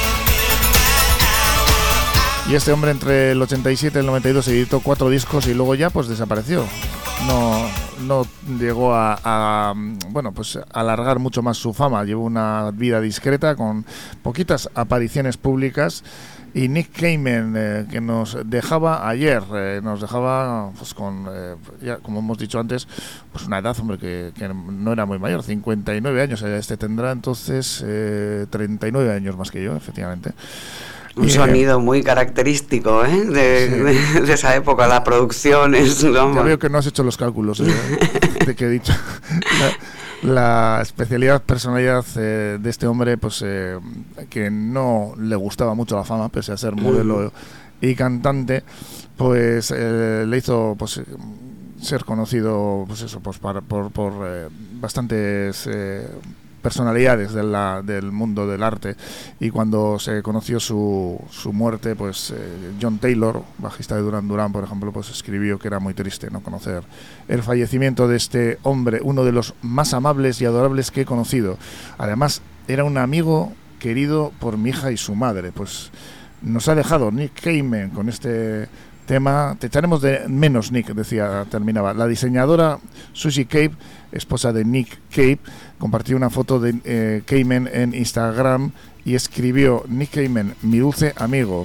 Y este hombre entre el ochenta y siete y el noventa y dos editó cuatro discos y luego ya pues desapareció. No, no llegó a, a bueno pues alargar mucho más su fama. Llevó una vida discreta con poquitas apariciones públicas. Y Nick Cayman, eh, que nos dejaba ayer, eh, nos dejaba pues con, eh, ya, como hemos dicho antes, pues una edad, hombre, que, que no era muy mayor, cincuenta y nueve años, este tendrá entonces eh, treinta y nueve años más que yo, efectivamente. Un sonido muy característico, ¿eh? de, sí. de, de esa época, las producciones. ¿No? Ya veo que no has hecho los cálculos ¿eh? de que he dicho. La, la especialidad, personalidad eh, de este hombre, pues eh, que no le gustaba mucho la fama, pese a ser modelo mm. y cantante, pues eh, le hizo pues ser conocido, pues eso, pues para, por, por eh, bastantes eh, personalidades de la, del mundo del arte. Y cuando se conoció su, su muerte, pues eh, John Taylor, bajista de Duran Duran, por ejemplo, pues escribió que era muy triste no conocer el fallecimiento de este hombre, uno de los más amables y adorables que he conocido. Además, era un amigo querido por mi hija y su madre. Pues nos ha dejado Nick Cayman con este tema. Te echaremos de menos, Nick, decía, terminaba. La diseñadora Susie Cape, esposa de Nick Cape, compartió una foto de eh, Cayman en Instagram y escribió: Nick Cayman, mi dulce amigo.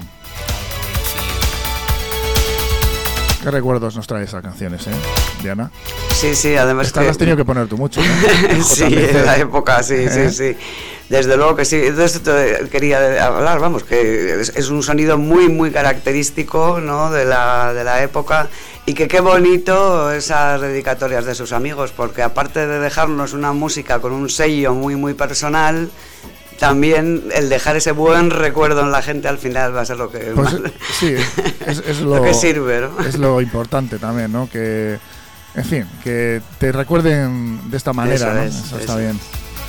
¿Qué recuerdos nos trae esas canciones, eh, Diana? Sí, sí, además Estas que... las has tenido que poner tú mucho, ¿no? Sí, en la época, sí, ¿Eh? sí, sí. Desde luego que sí. Entonces te quería hablar, vamos, que es, es un sonido muy, muy característico, ¿no?, de la, de la época, y que qué bonito esas dedicatorias de sus amigos, porque aparte de dejarnos una música con un sello muy, muy personal, también el dejar ese buen recuerdo en la gente al final va a ser lo que pues, más, sí, es, es lo, lo que sirve, ¿no? Es lo importante también, ¿no? Que, en fin, que te recuerden de esta manera, eso ¿no? Es, eso eso está bien.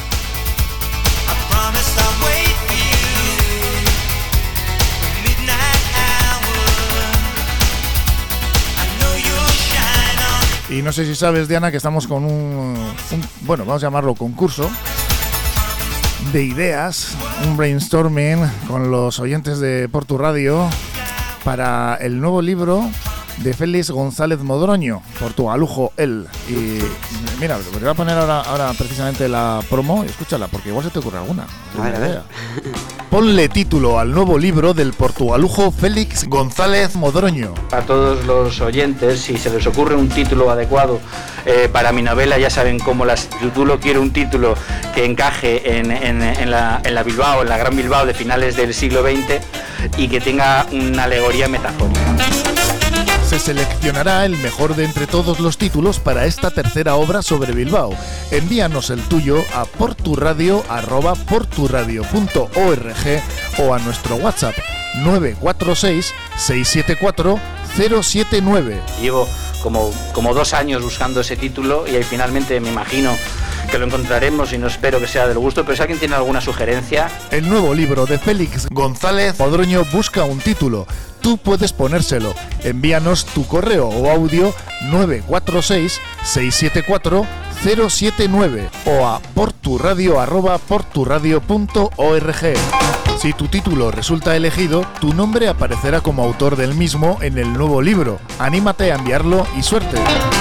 Y no sé si sabes, Diana, que estamos con un, un bueno, vamos a llamarlo concurso de ideas, un brainstorming con los oyentes de Portu Radio para el nuevo libro de Félix González Modroño, portugalujo él. Y mira, te voy a poner ahora, ahora precisamente la promo, escúchala, porque igual se te ocurre alguna. A ver, a ver. Ponle título al nuevo libro del portugalujo Félix González Modroño. A todos los oyentes, si se les ocurre un título adecuado eh, para mi novela, ya saben cómo las titulo. Quiero un título que encaje en, en, en, la, en la Bilbao, en la Gran Bilbao de finales del siglo veinte y que tenga una alegoría metafórica. Se seleccionará el mejor de entre todos los títulos para esta tercera obra sobre Bilbao. Envíanos el tuyo a porturadio arroba porturadio punto org o a nuestro WhatsApp nueve cuatro seis, seis siete cuatro, cero siete nueve. Llevo como, como dos años buscando ese título y ahí finalmente me imagino que lo encontraremos y no espero que sea del gusto, pero si alguien tiene alguna sugerencia... El nuevo libro de Félix González Modroño busca un título. Tú puedes ponérselo. Envíanos tu correo o audio nueve cuatro seis, seis siete cuatro, cero siete nueve o a porturadio arroba porturadio punto org. Si tu título resulta elegido, tu nombre aparecerá como autor del mismo en el nuevo libro. Anímate a enviarlo y suerte.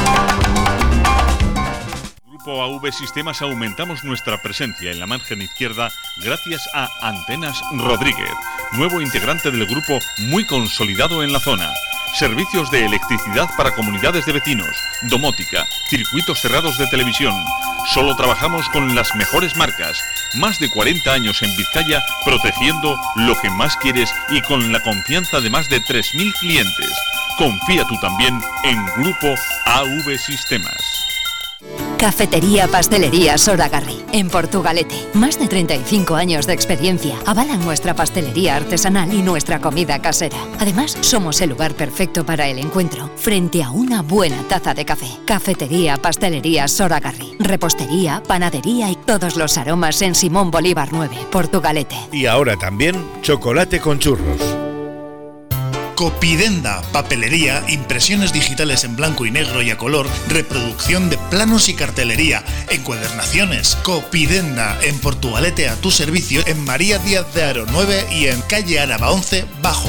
Grupo A V Sistemas aumentamos nuestra presencia en la margen izquierda gracias a Antenas Rodríguez, nuevo integrante del grupo muy consolidado en la zona. Servicios de electricidad para comunidades de vecinos, domótica, circuitos cerrados de televisión. Solo trabajamos con las mejores marcas. Más de cuarenta años en Vizcaya protegiendo lo que más quieres y con la confianza de más de tres mil clientes. Confía tú también en Grupo A V Sistemas. Cafetería Pastelería Soragarri, en Portugalete. Más de treinta y cinco años de experiencia avalan nuestra pastelería artesanal y nuestra comida casera. Además, somos el lugar perfecto para el encuentro, frente a una buena taza de café. Cafetería Pastelería Soragarri, repostería, panadería y todos los aromas en Simón Bolívar nueve, Portugalete. Y ahora también chocolate con churros. Copidenda, papelería, impresiones digitales en blanco y negro y a color, reproducción de planos y cartelería, encuadernaciones. Copidenda, en Portugalete a tu servicio, en María Díaz de Haro nueve y en calle Áraba once, Bajo.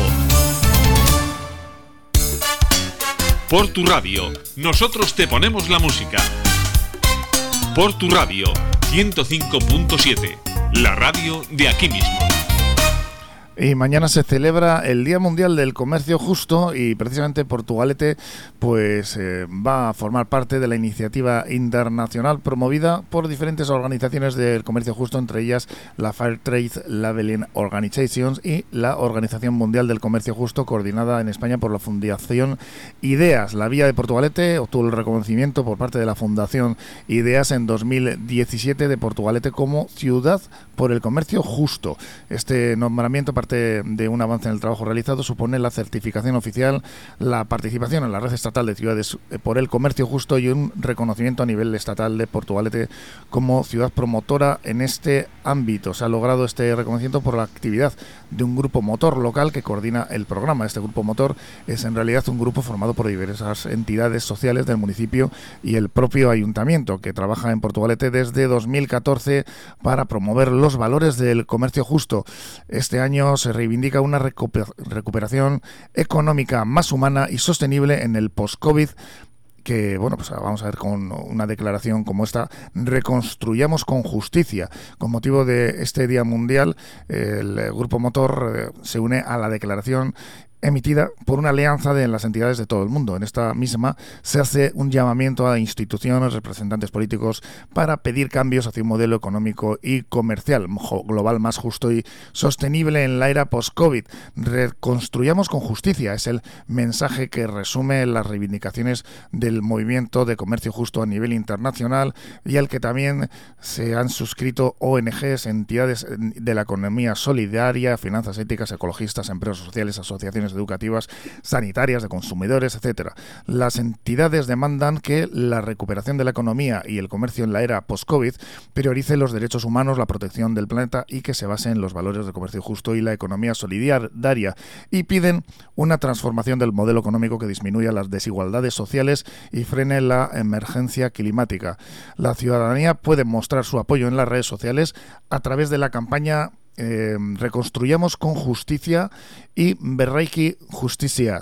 Por tu radio, nosotros te ponemos la música. Por tu radio, ciento cinco punto siete, la radio de aquí mismo. Y mañana se celebra el Día Mundial del Comercio Justo y precisamente Portugalete pues eh, va a formar parte de la iniciativa internacional promovida por diferentes organizaciones del comercio justo, entre ellas la Fair Trade Labelling Organization y la Organización Mundial del Comercio Justo, coordinada en España por la Fundación Ideas. La Vía de Portugalete obtuvo el reconocimiento por parte de la Fundación Ideas en dos mil diecisiete de Portugalete como Ciudad por el Comercio Justo. Este nombramiento, parte de un avance en el trabajo realizado, supone la certificación oficial, la participación en la red estatal de ciudades por el comercio justo y un reconocimiento a nivel estatal de Portugalete como ciudad promotora en este ámbito. Se ha logrado este reconocimiento por la actividad de un grupo motor local que coordina el programa. Este grupo motor es en realidad un grupo formado por diversas entidades sociales del municipio y el propio ayuntamiento, que trabaja en Portugalete desde dos mil catorce para promover los valores del comercio justo. Este año se reivindica una recuperación económica más humana y sostenible en el post-COVID, que, bueno, pues vamos a ver con una declaración como esta: reconstruyamos con justicia. Con motivo de este Día Mundial, el Grupo Motor eh, se une a la declaración emitida por una alianza de las entidades de todo el mundo. En esta misma se hace un llamamiento a instituciones, representantes políticos, para pedir cambios hacia un modelo económico y comercial global más justo y sostenible en la era post-COVID. Reconstruyamos con justicia es el mensaje que resume las reivindicaciones del movimiento de comercio justo a nivel internacional y al que también se han suscrito O N Ges, entidades de la economía solidaria, finanzas éticas, ecologistas, empresas sociales, asociaciones educativas, sanitarias, de consumidores, etcétera. Las entidades demandan que la recuperación de la economía y el comercio en la era post-COVID priorice los derechos humanos, la protección del planeta y que se base en los valores del comercio justo y la economía solidaria, y piden una transformación del modelo económico que disminuya las desigualdades sociales y frene la emergencia climática. La ciudadanía puede mostrar su apoyo en las redes sociales a través de la campaña Eh, Reconstruyamos con Justicia y Berraiki Justicias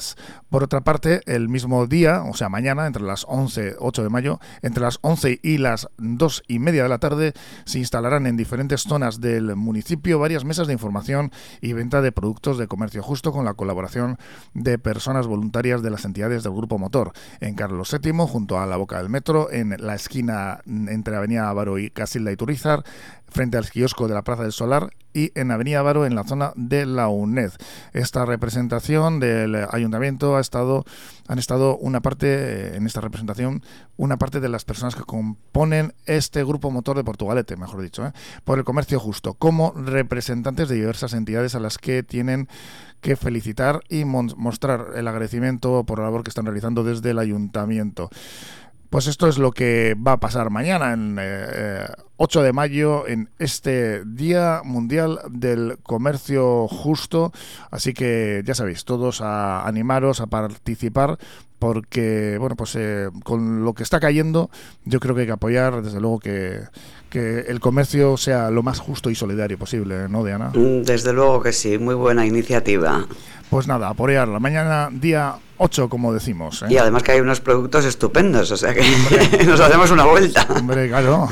Por otra parte, el mismo día, o sea, mañana, entre las once, ocho de mayo, entre las once y las dos y media de la tarde, se instalarán en diferentes zonas del municipio varias mesas de información y venta de productos de comercio justo con la colaboración de personas voluntarias de las entidades del Grupo Motor. En Carlos séptimo, junto a la boca del metro, en la esquina entre Avenida Ávaro y Casilda Iturrizar, frente al kiosco de la Plaza del Solar, y en Avenida Ávaro, en la zona de la UNED. Esta representación del ayuntamiento ha estado, han estado una parte, en esta representación, una parte de las personas que componen este Grupo Motor de Portugalete, mejor dicho, ¿eh? por el comercio justo, como representantes de diversas entidades a las que tienen que felicitar y mon- mostrar el agradecimiento por la labor que están realizando desde el ayuntamiento. Pues esto es lo que va a pasar mañana, en eh, ocho de mayo, en este Día Mundial del Comercio Justo. Así que ya sabéis, todos a animaros a participar, porque bueno, pues eh, con lo que está cayendo, yo creo que hay que apoyar, desde luego, que, que el comercio sea lo más justo y solidario posible, ¿no, Diana? Desde luego que sí, muy buena iniciativa. Pues nada, apoyarla. Mañana día ocho, como decimos, ¿eh? Y además que hay unos productos estupendos, o sea que nos hacemos una vuelta. Hombre, claro.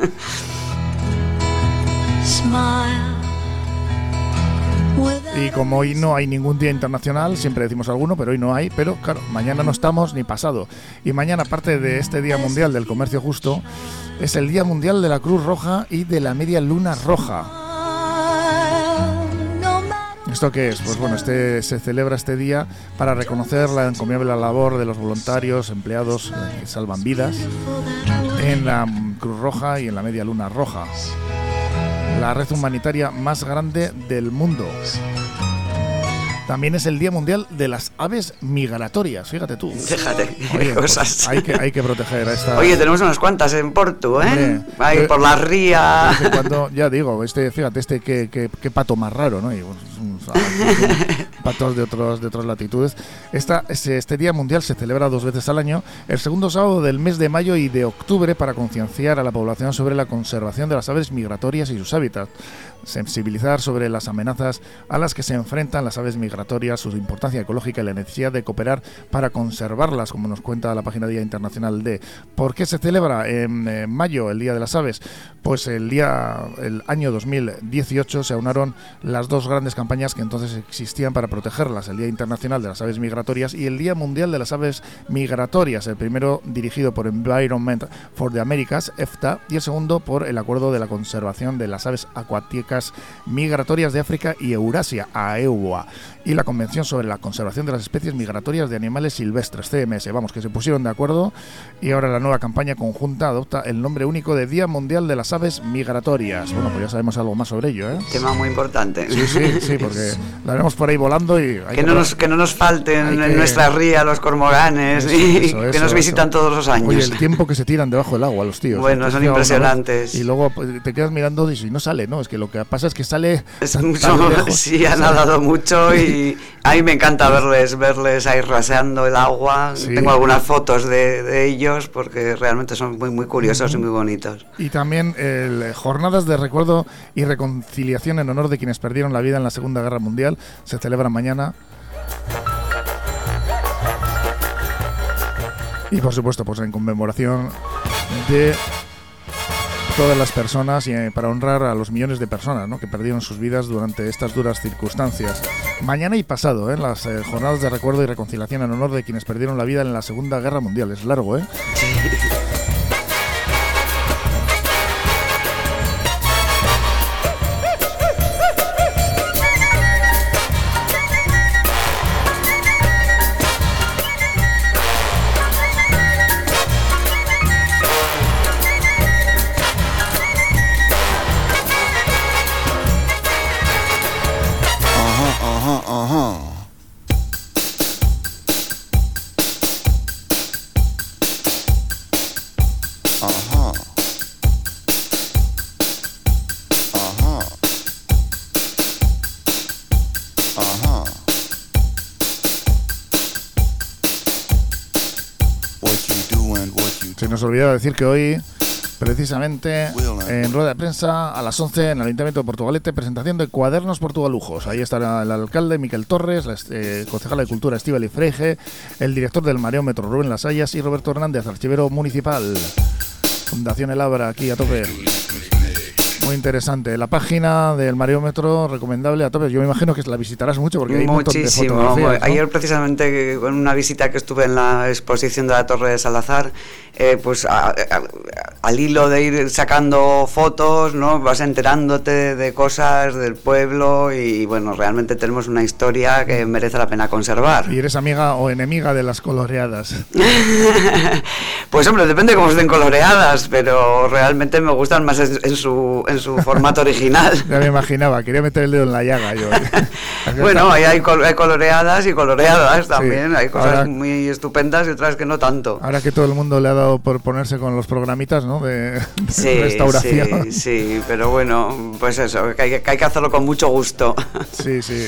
Y como hoy no hay ningún día internacional, siempre decimos alguno, pero hoy no hay, pero claro, mañana no estamos ni pasado. Y mañana, aparte de este Día Mundial del Comercio Justo, es el Día Mundial de la Cruz Roja y de la Media Luna Roja. ¿Esto qué es? Pues bueno, este se celebra este día para reconocer la encomiable labor de los voluntarios, empleados que salvan vidas en la Cruz Roja y en la Media Luna Roja, la red humanitaria más grande del mundo. También es el Día Mundial de las Aves Migratorias, fíjate tú. Fíjate, Oye, cosas. Pues hay, que, hay que proteger a esta... Oye, tenemos unas cuantas en Porto, ¿eh? Hombre, Ahí yo, por la ría. Cuando, ya digo, este, fíjate, este qué, qué, qué pato más raro, ¿no? Y, pues, un, patos de, otros, de otras latitudes. Esta, este, este Día Mundial se celebra dos veces al año, el segundo sábado del mes de mayo y de octubre, para concienciar a la población sobre la conservación de las aves migratorias y sus hábitats, sensibilizar sobre las amenazas a las que se enfrentan las aves migratorias, su importancia ecológica y la necesidad de cooperar para conservarlas, como nos cuenta la página Día Internacional de. ¿Por qué se celebra en, en mayo el Día de las Aves? Pues el día, el año dos mil dieciocho se aunaron las dos grandes campañas que entonces existían para protegerlas, el Día Internacional de las Aves Migratorias y el Día Mundial de las Aves Migratorias, el primero dirigido por Environment for the Americas, E F T A, y el segundo por el Acuerdo de la Conservación de las Aves Acuáticas Migratorias de África y Eurasia, A E U A, y la Convención sobre la Conservación de las Especies Migratorias de Animales Silvestres, C M S. Vamos, que se pusieron de acuerdo y ahora la nueva campaña conjunta adopta el nombre único de Día Mundial de las Aves Migratorias. Bueno, pues ya sabemos algo más sobre ello, ¿eh? Tema muy importante. Sí, sí, sí, porque la vemos por ahí volando y... Hay que, que, no nos, que no nos falten que... en nuestra ría los cormoranes eso, y eso, eso, que nos visitan eso. Todos los años. Oye, el tiempo que se tiran debajo del agua los tíos. Bueno, son impresionantes. Y luego pues, te quedas mirando y no sale, ¿no? Es que lo que pasa es que sale... Es mucho, sí, han nadado mucho y a mí me encanta verles verles ahí raseando el agua. Sí. Tengo algunas fotos de, de ellos porque realmente son muy muy curiosos uh-huh. y muy bonitos. Y también el, jornadas de recuerdo y reconciliación en honor de quienes perdieron la vida en la Segunda Guerra Mundial se celebran mañana. Y por supuesto, pues en conmemoración de todas las personas y para honrar a los millones de personas, ¿no?, que perdieron sus vidas durante estas duras circunstancias. Mañana y pasado, ¿eh? las eh, jornadas de recuerdo y reconciliación en honor de quienes perdieron la vida en la Segunda Guerra Mundial. Es largo, ¿eh? Sí. Se nos olvidaba decir que hoy precisamente en rueda de prensa a las once en el Ayuntamiento de Portugalete, presentación de Cuadernos Portugalujos. Ahí estará el alcalde Miquel Torres, la eh, concejala de Cultura Estíbaliz Freije, el director del Mareómetro Rubén Lasallas y Roberto Hernández, archivero municipal. Fundación El Abra, aquí a tope. Muy interesante. La página del Mareómetro, recomendable a tope. Yo me imagino que la visitarás mucho porque hay un montón de fotografías, ¿no? Ayer precisamente, en una visita que estuve en la exposición de la Torre de Salazar, eh, pues a, a, al hilo de ir sacando fotos, ¿no? Vas enterándote de cosas del pueblo y, bueno, realmente tenemos una historia que merece la pena conservar. ¿Y eres amiga o enemiga de las coloreadas? Pues, hombre, depende de cómo estén coloreadas, pero realmente me gustan más en, en su... en su formato original. Ya me imaginaba, quería meter el dedo en la llaga yo. Bueno, ahí hay, col- hay coloreadas y coloreadas también, sí. Hay cosas ahora, muy estupendas y otras que no tanto. Ahora que todo el mundo le ha dado por ponerse con los programitas, ¿no? De, de sí, restauración. Sí, sí, pero bueno, pues eso, que hay, que hay que hacerlo con mucho gusto. Sí, sí.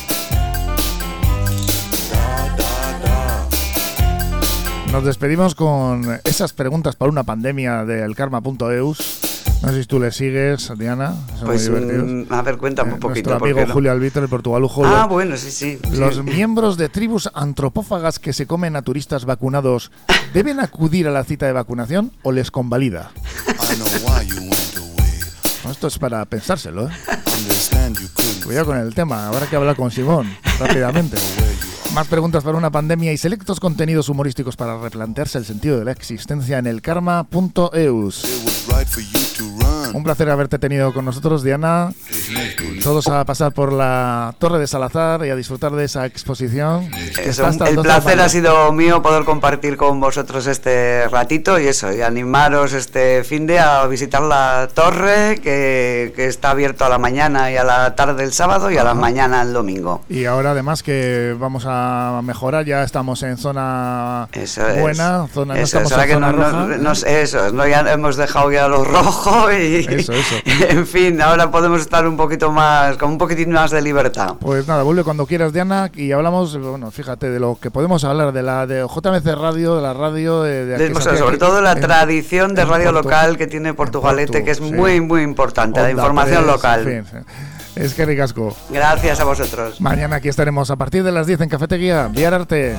Nos despedimos con esas preguntas para una pandemia de elkarma punto eus. No sé si tú le sigues, Diana. Son pues, muy divertidos. A ver, cuéntame un poquito. Nuestro amigo no? Julio Albito, el portugalujo. Ah, bueno, sí, sí. Los sí. miembros de tribus antropófagas que se comen a turistas vacunados, ¿deben acudir a la cita de vacunación o les convalida? No, esto es para pensárselo, ¿eh? Cuidado con el tema, habrá que hablar con Simón rápidamente. Más preguntas para una pandemia y selectos contenidos humorísticos para replantearse el sentido de la existencia en elkarma punto eus. Un placer haberte tenido con nosotros, Diana. Todos a pasar por la Torre de Salazar y a disfrutar de esa exposición. Eso, el placer ha sido mío poder compartir con vosotros este ratito y eso, y animaros este fin de a visitar la torre que, que está abierto a la mañana y a la tarde el sábado y a la mañana el domingo. Y ahora además que vamos a mejorar, ya estamos en zona eso buena, es. zona, no eso estamos es, en que zona no, roja. No, no, eso, no, ya hemos dejado ya lo rojo y eso, eso. En fin, ahora podemos estar un poquito más, con un poquitín más de libertad. Pues nada, vuelve cuando quieras, Diana, y hablamos, bueno, fíjate, de lo que podemos hablar, de la de J M C Radio, de la radio, de, de de, sobre aquí, todo la en, tradición de radio Porto, local que tiene Portugalete, Porto, que es sí. muy, muy importante, Onda, la información pues, local. En fin, es que ricasco. Gracias a vosotros. Mañana aquí estaremos a partir de las diez en Cafetería Viar Arte.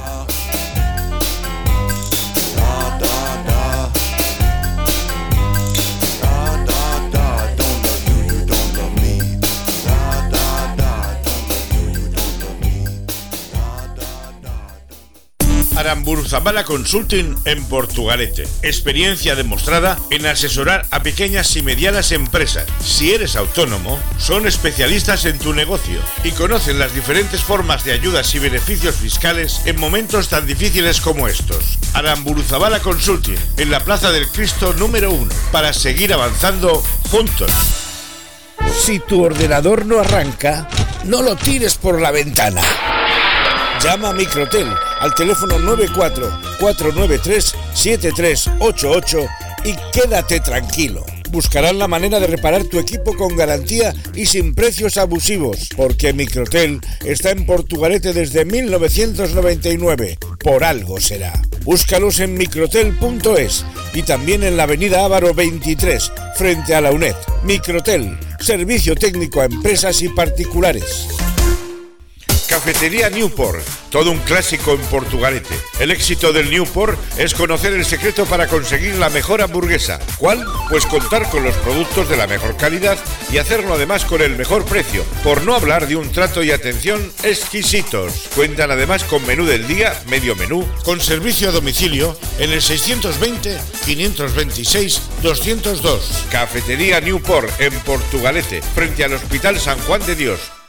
Aramburuzabala Consulting en Portugalete. Experiencia demostrada en asesorar a pequeñas y medianas empresas. Si eres autónomo, son especialistas en tu negocio y conocen las diferentes formas de ayudas y beneficios fiscales en momentos tan difíciles como estos. Aramburuzabala Consulting en la Plaza del Cristo número uno para seguir avanzando juntos. Si tu ordenador no arranca, no lo tires por la ventana. Llama a Microtel al teléfono nueve cuatro cuatro nueve tres siete tres ocho ocho y quédate tranquilo. Buscarán la manera de reparar tu equipo con garantía y sin precios abusivos, porque Microtel está en Portugalete desde mil novecientos noventa y nueve. Por algo será. Búscalos en microtel punto es y también en la avenida Ávaro veintitrés, frente a la UNED. Microtel, servicio técnico a empresas y particulares. Cafetería Newport, todo un clásico en Portugalete. El éxito del Newport es conocer el secreto para conseguir la mejor hamburguesa. ¿Cuál? Pues contar con los productos de la mejor calidad y hacerlo además con el mejor precio, por no hablar de un trato y atención exquisitos. Cuentan además con menú del día, medio menú, con servicio a domicilio en el seiscientos veinte, quinientos veintiséis, doscientos dos. Cafetería Newport en Portugalete, frente al Hospital San Juan de Dios.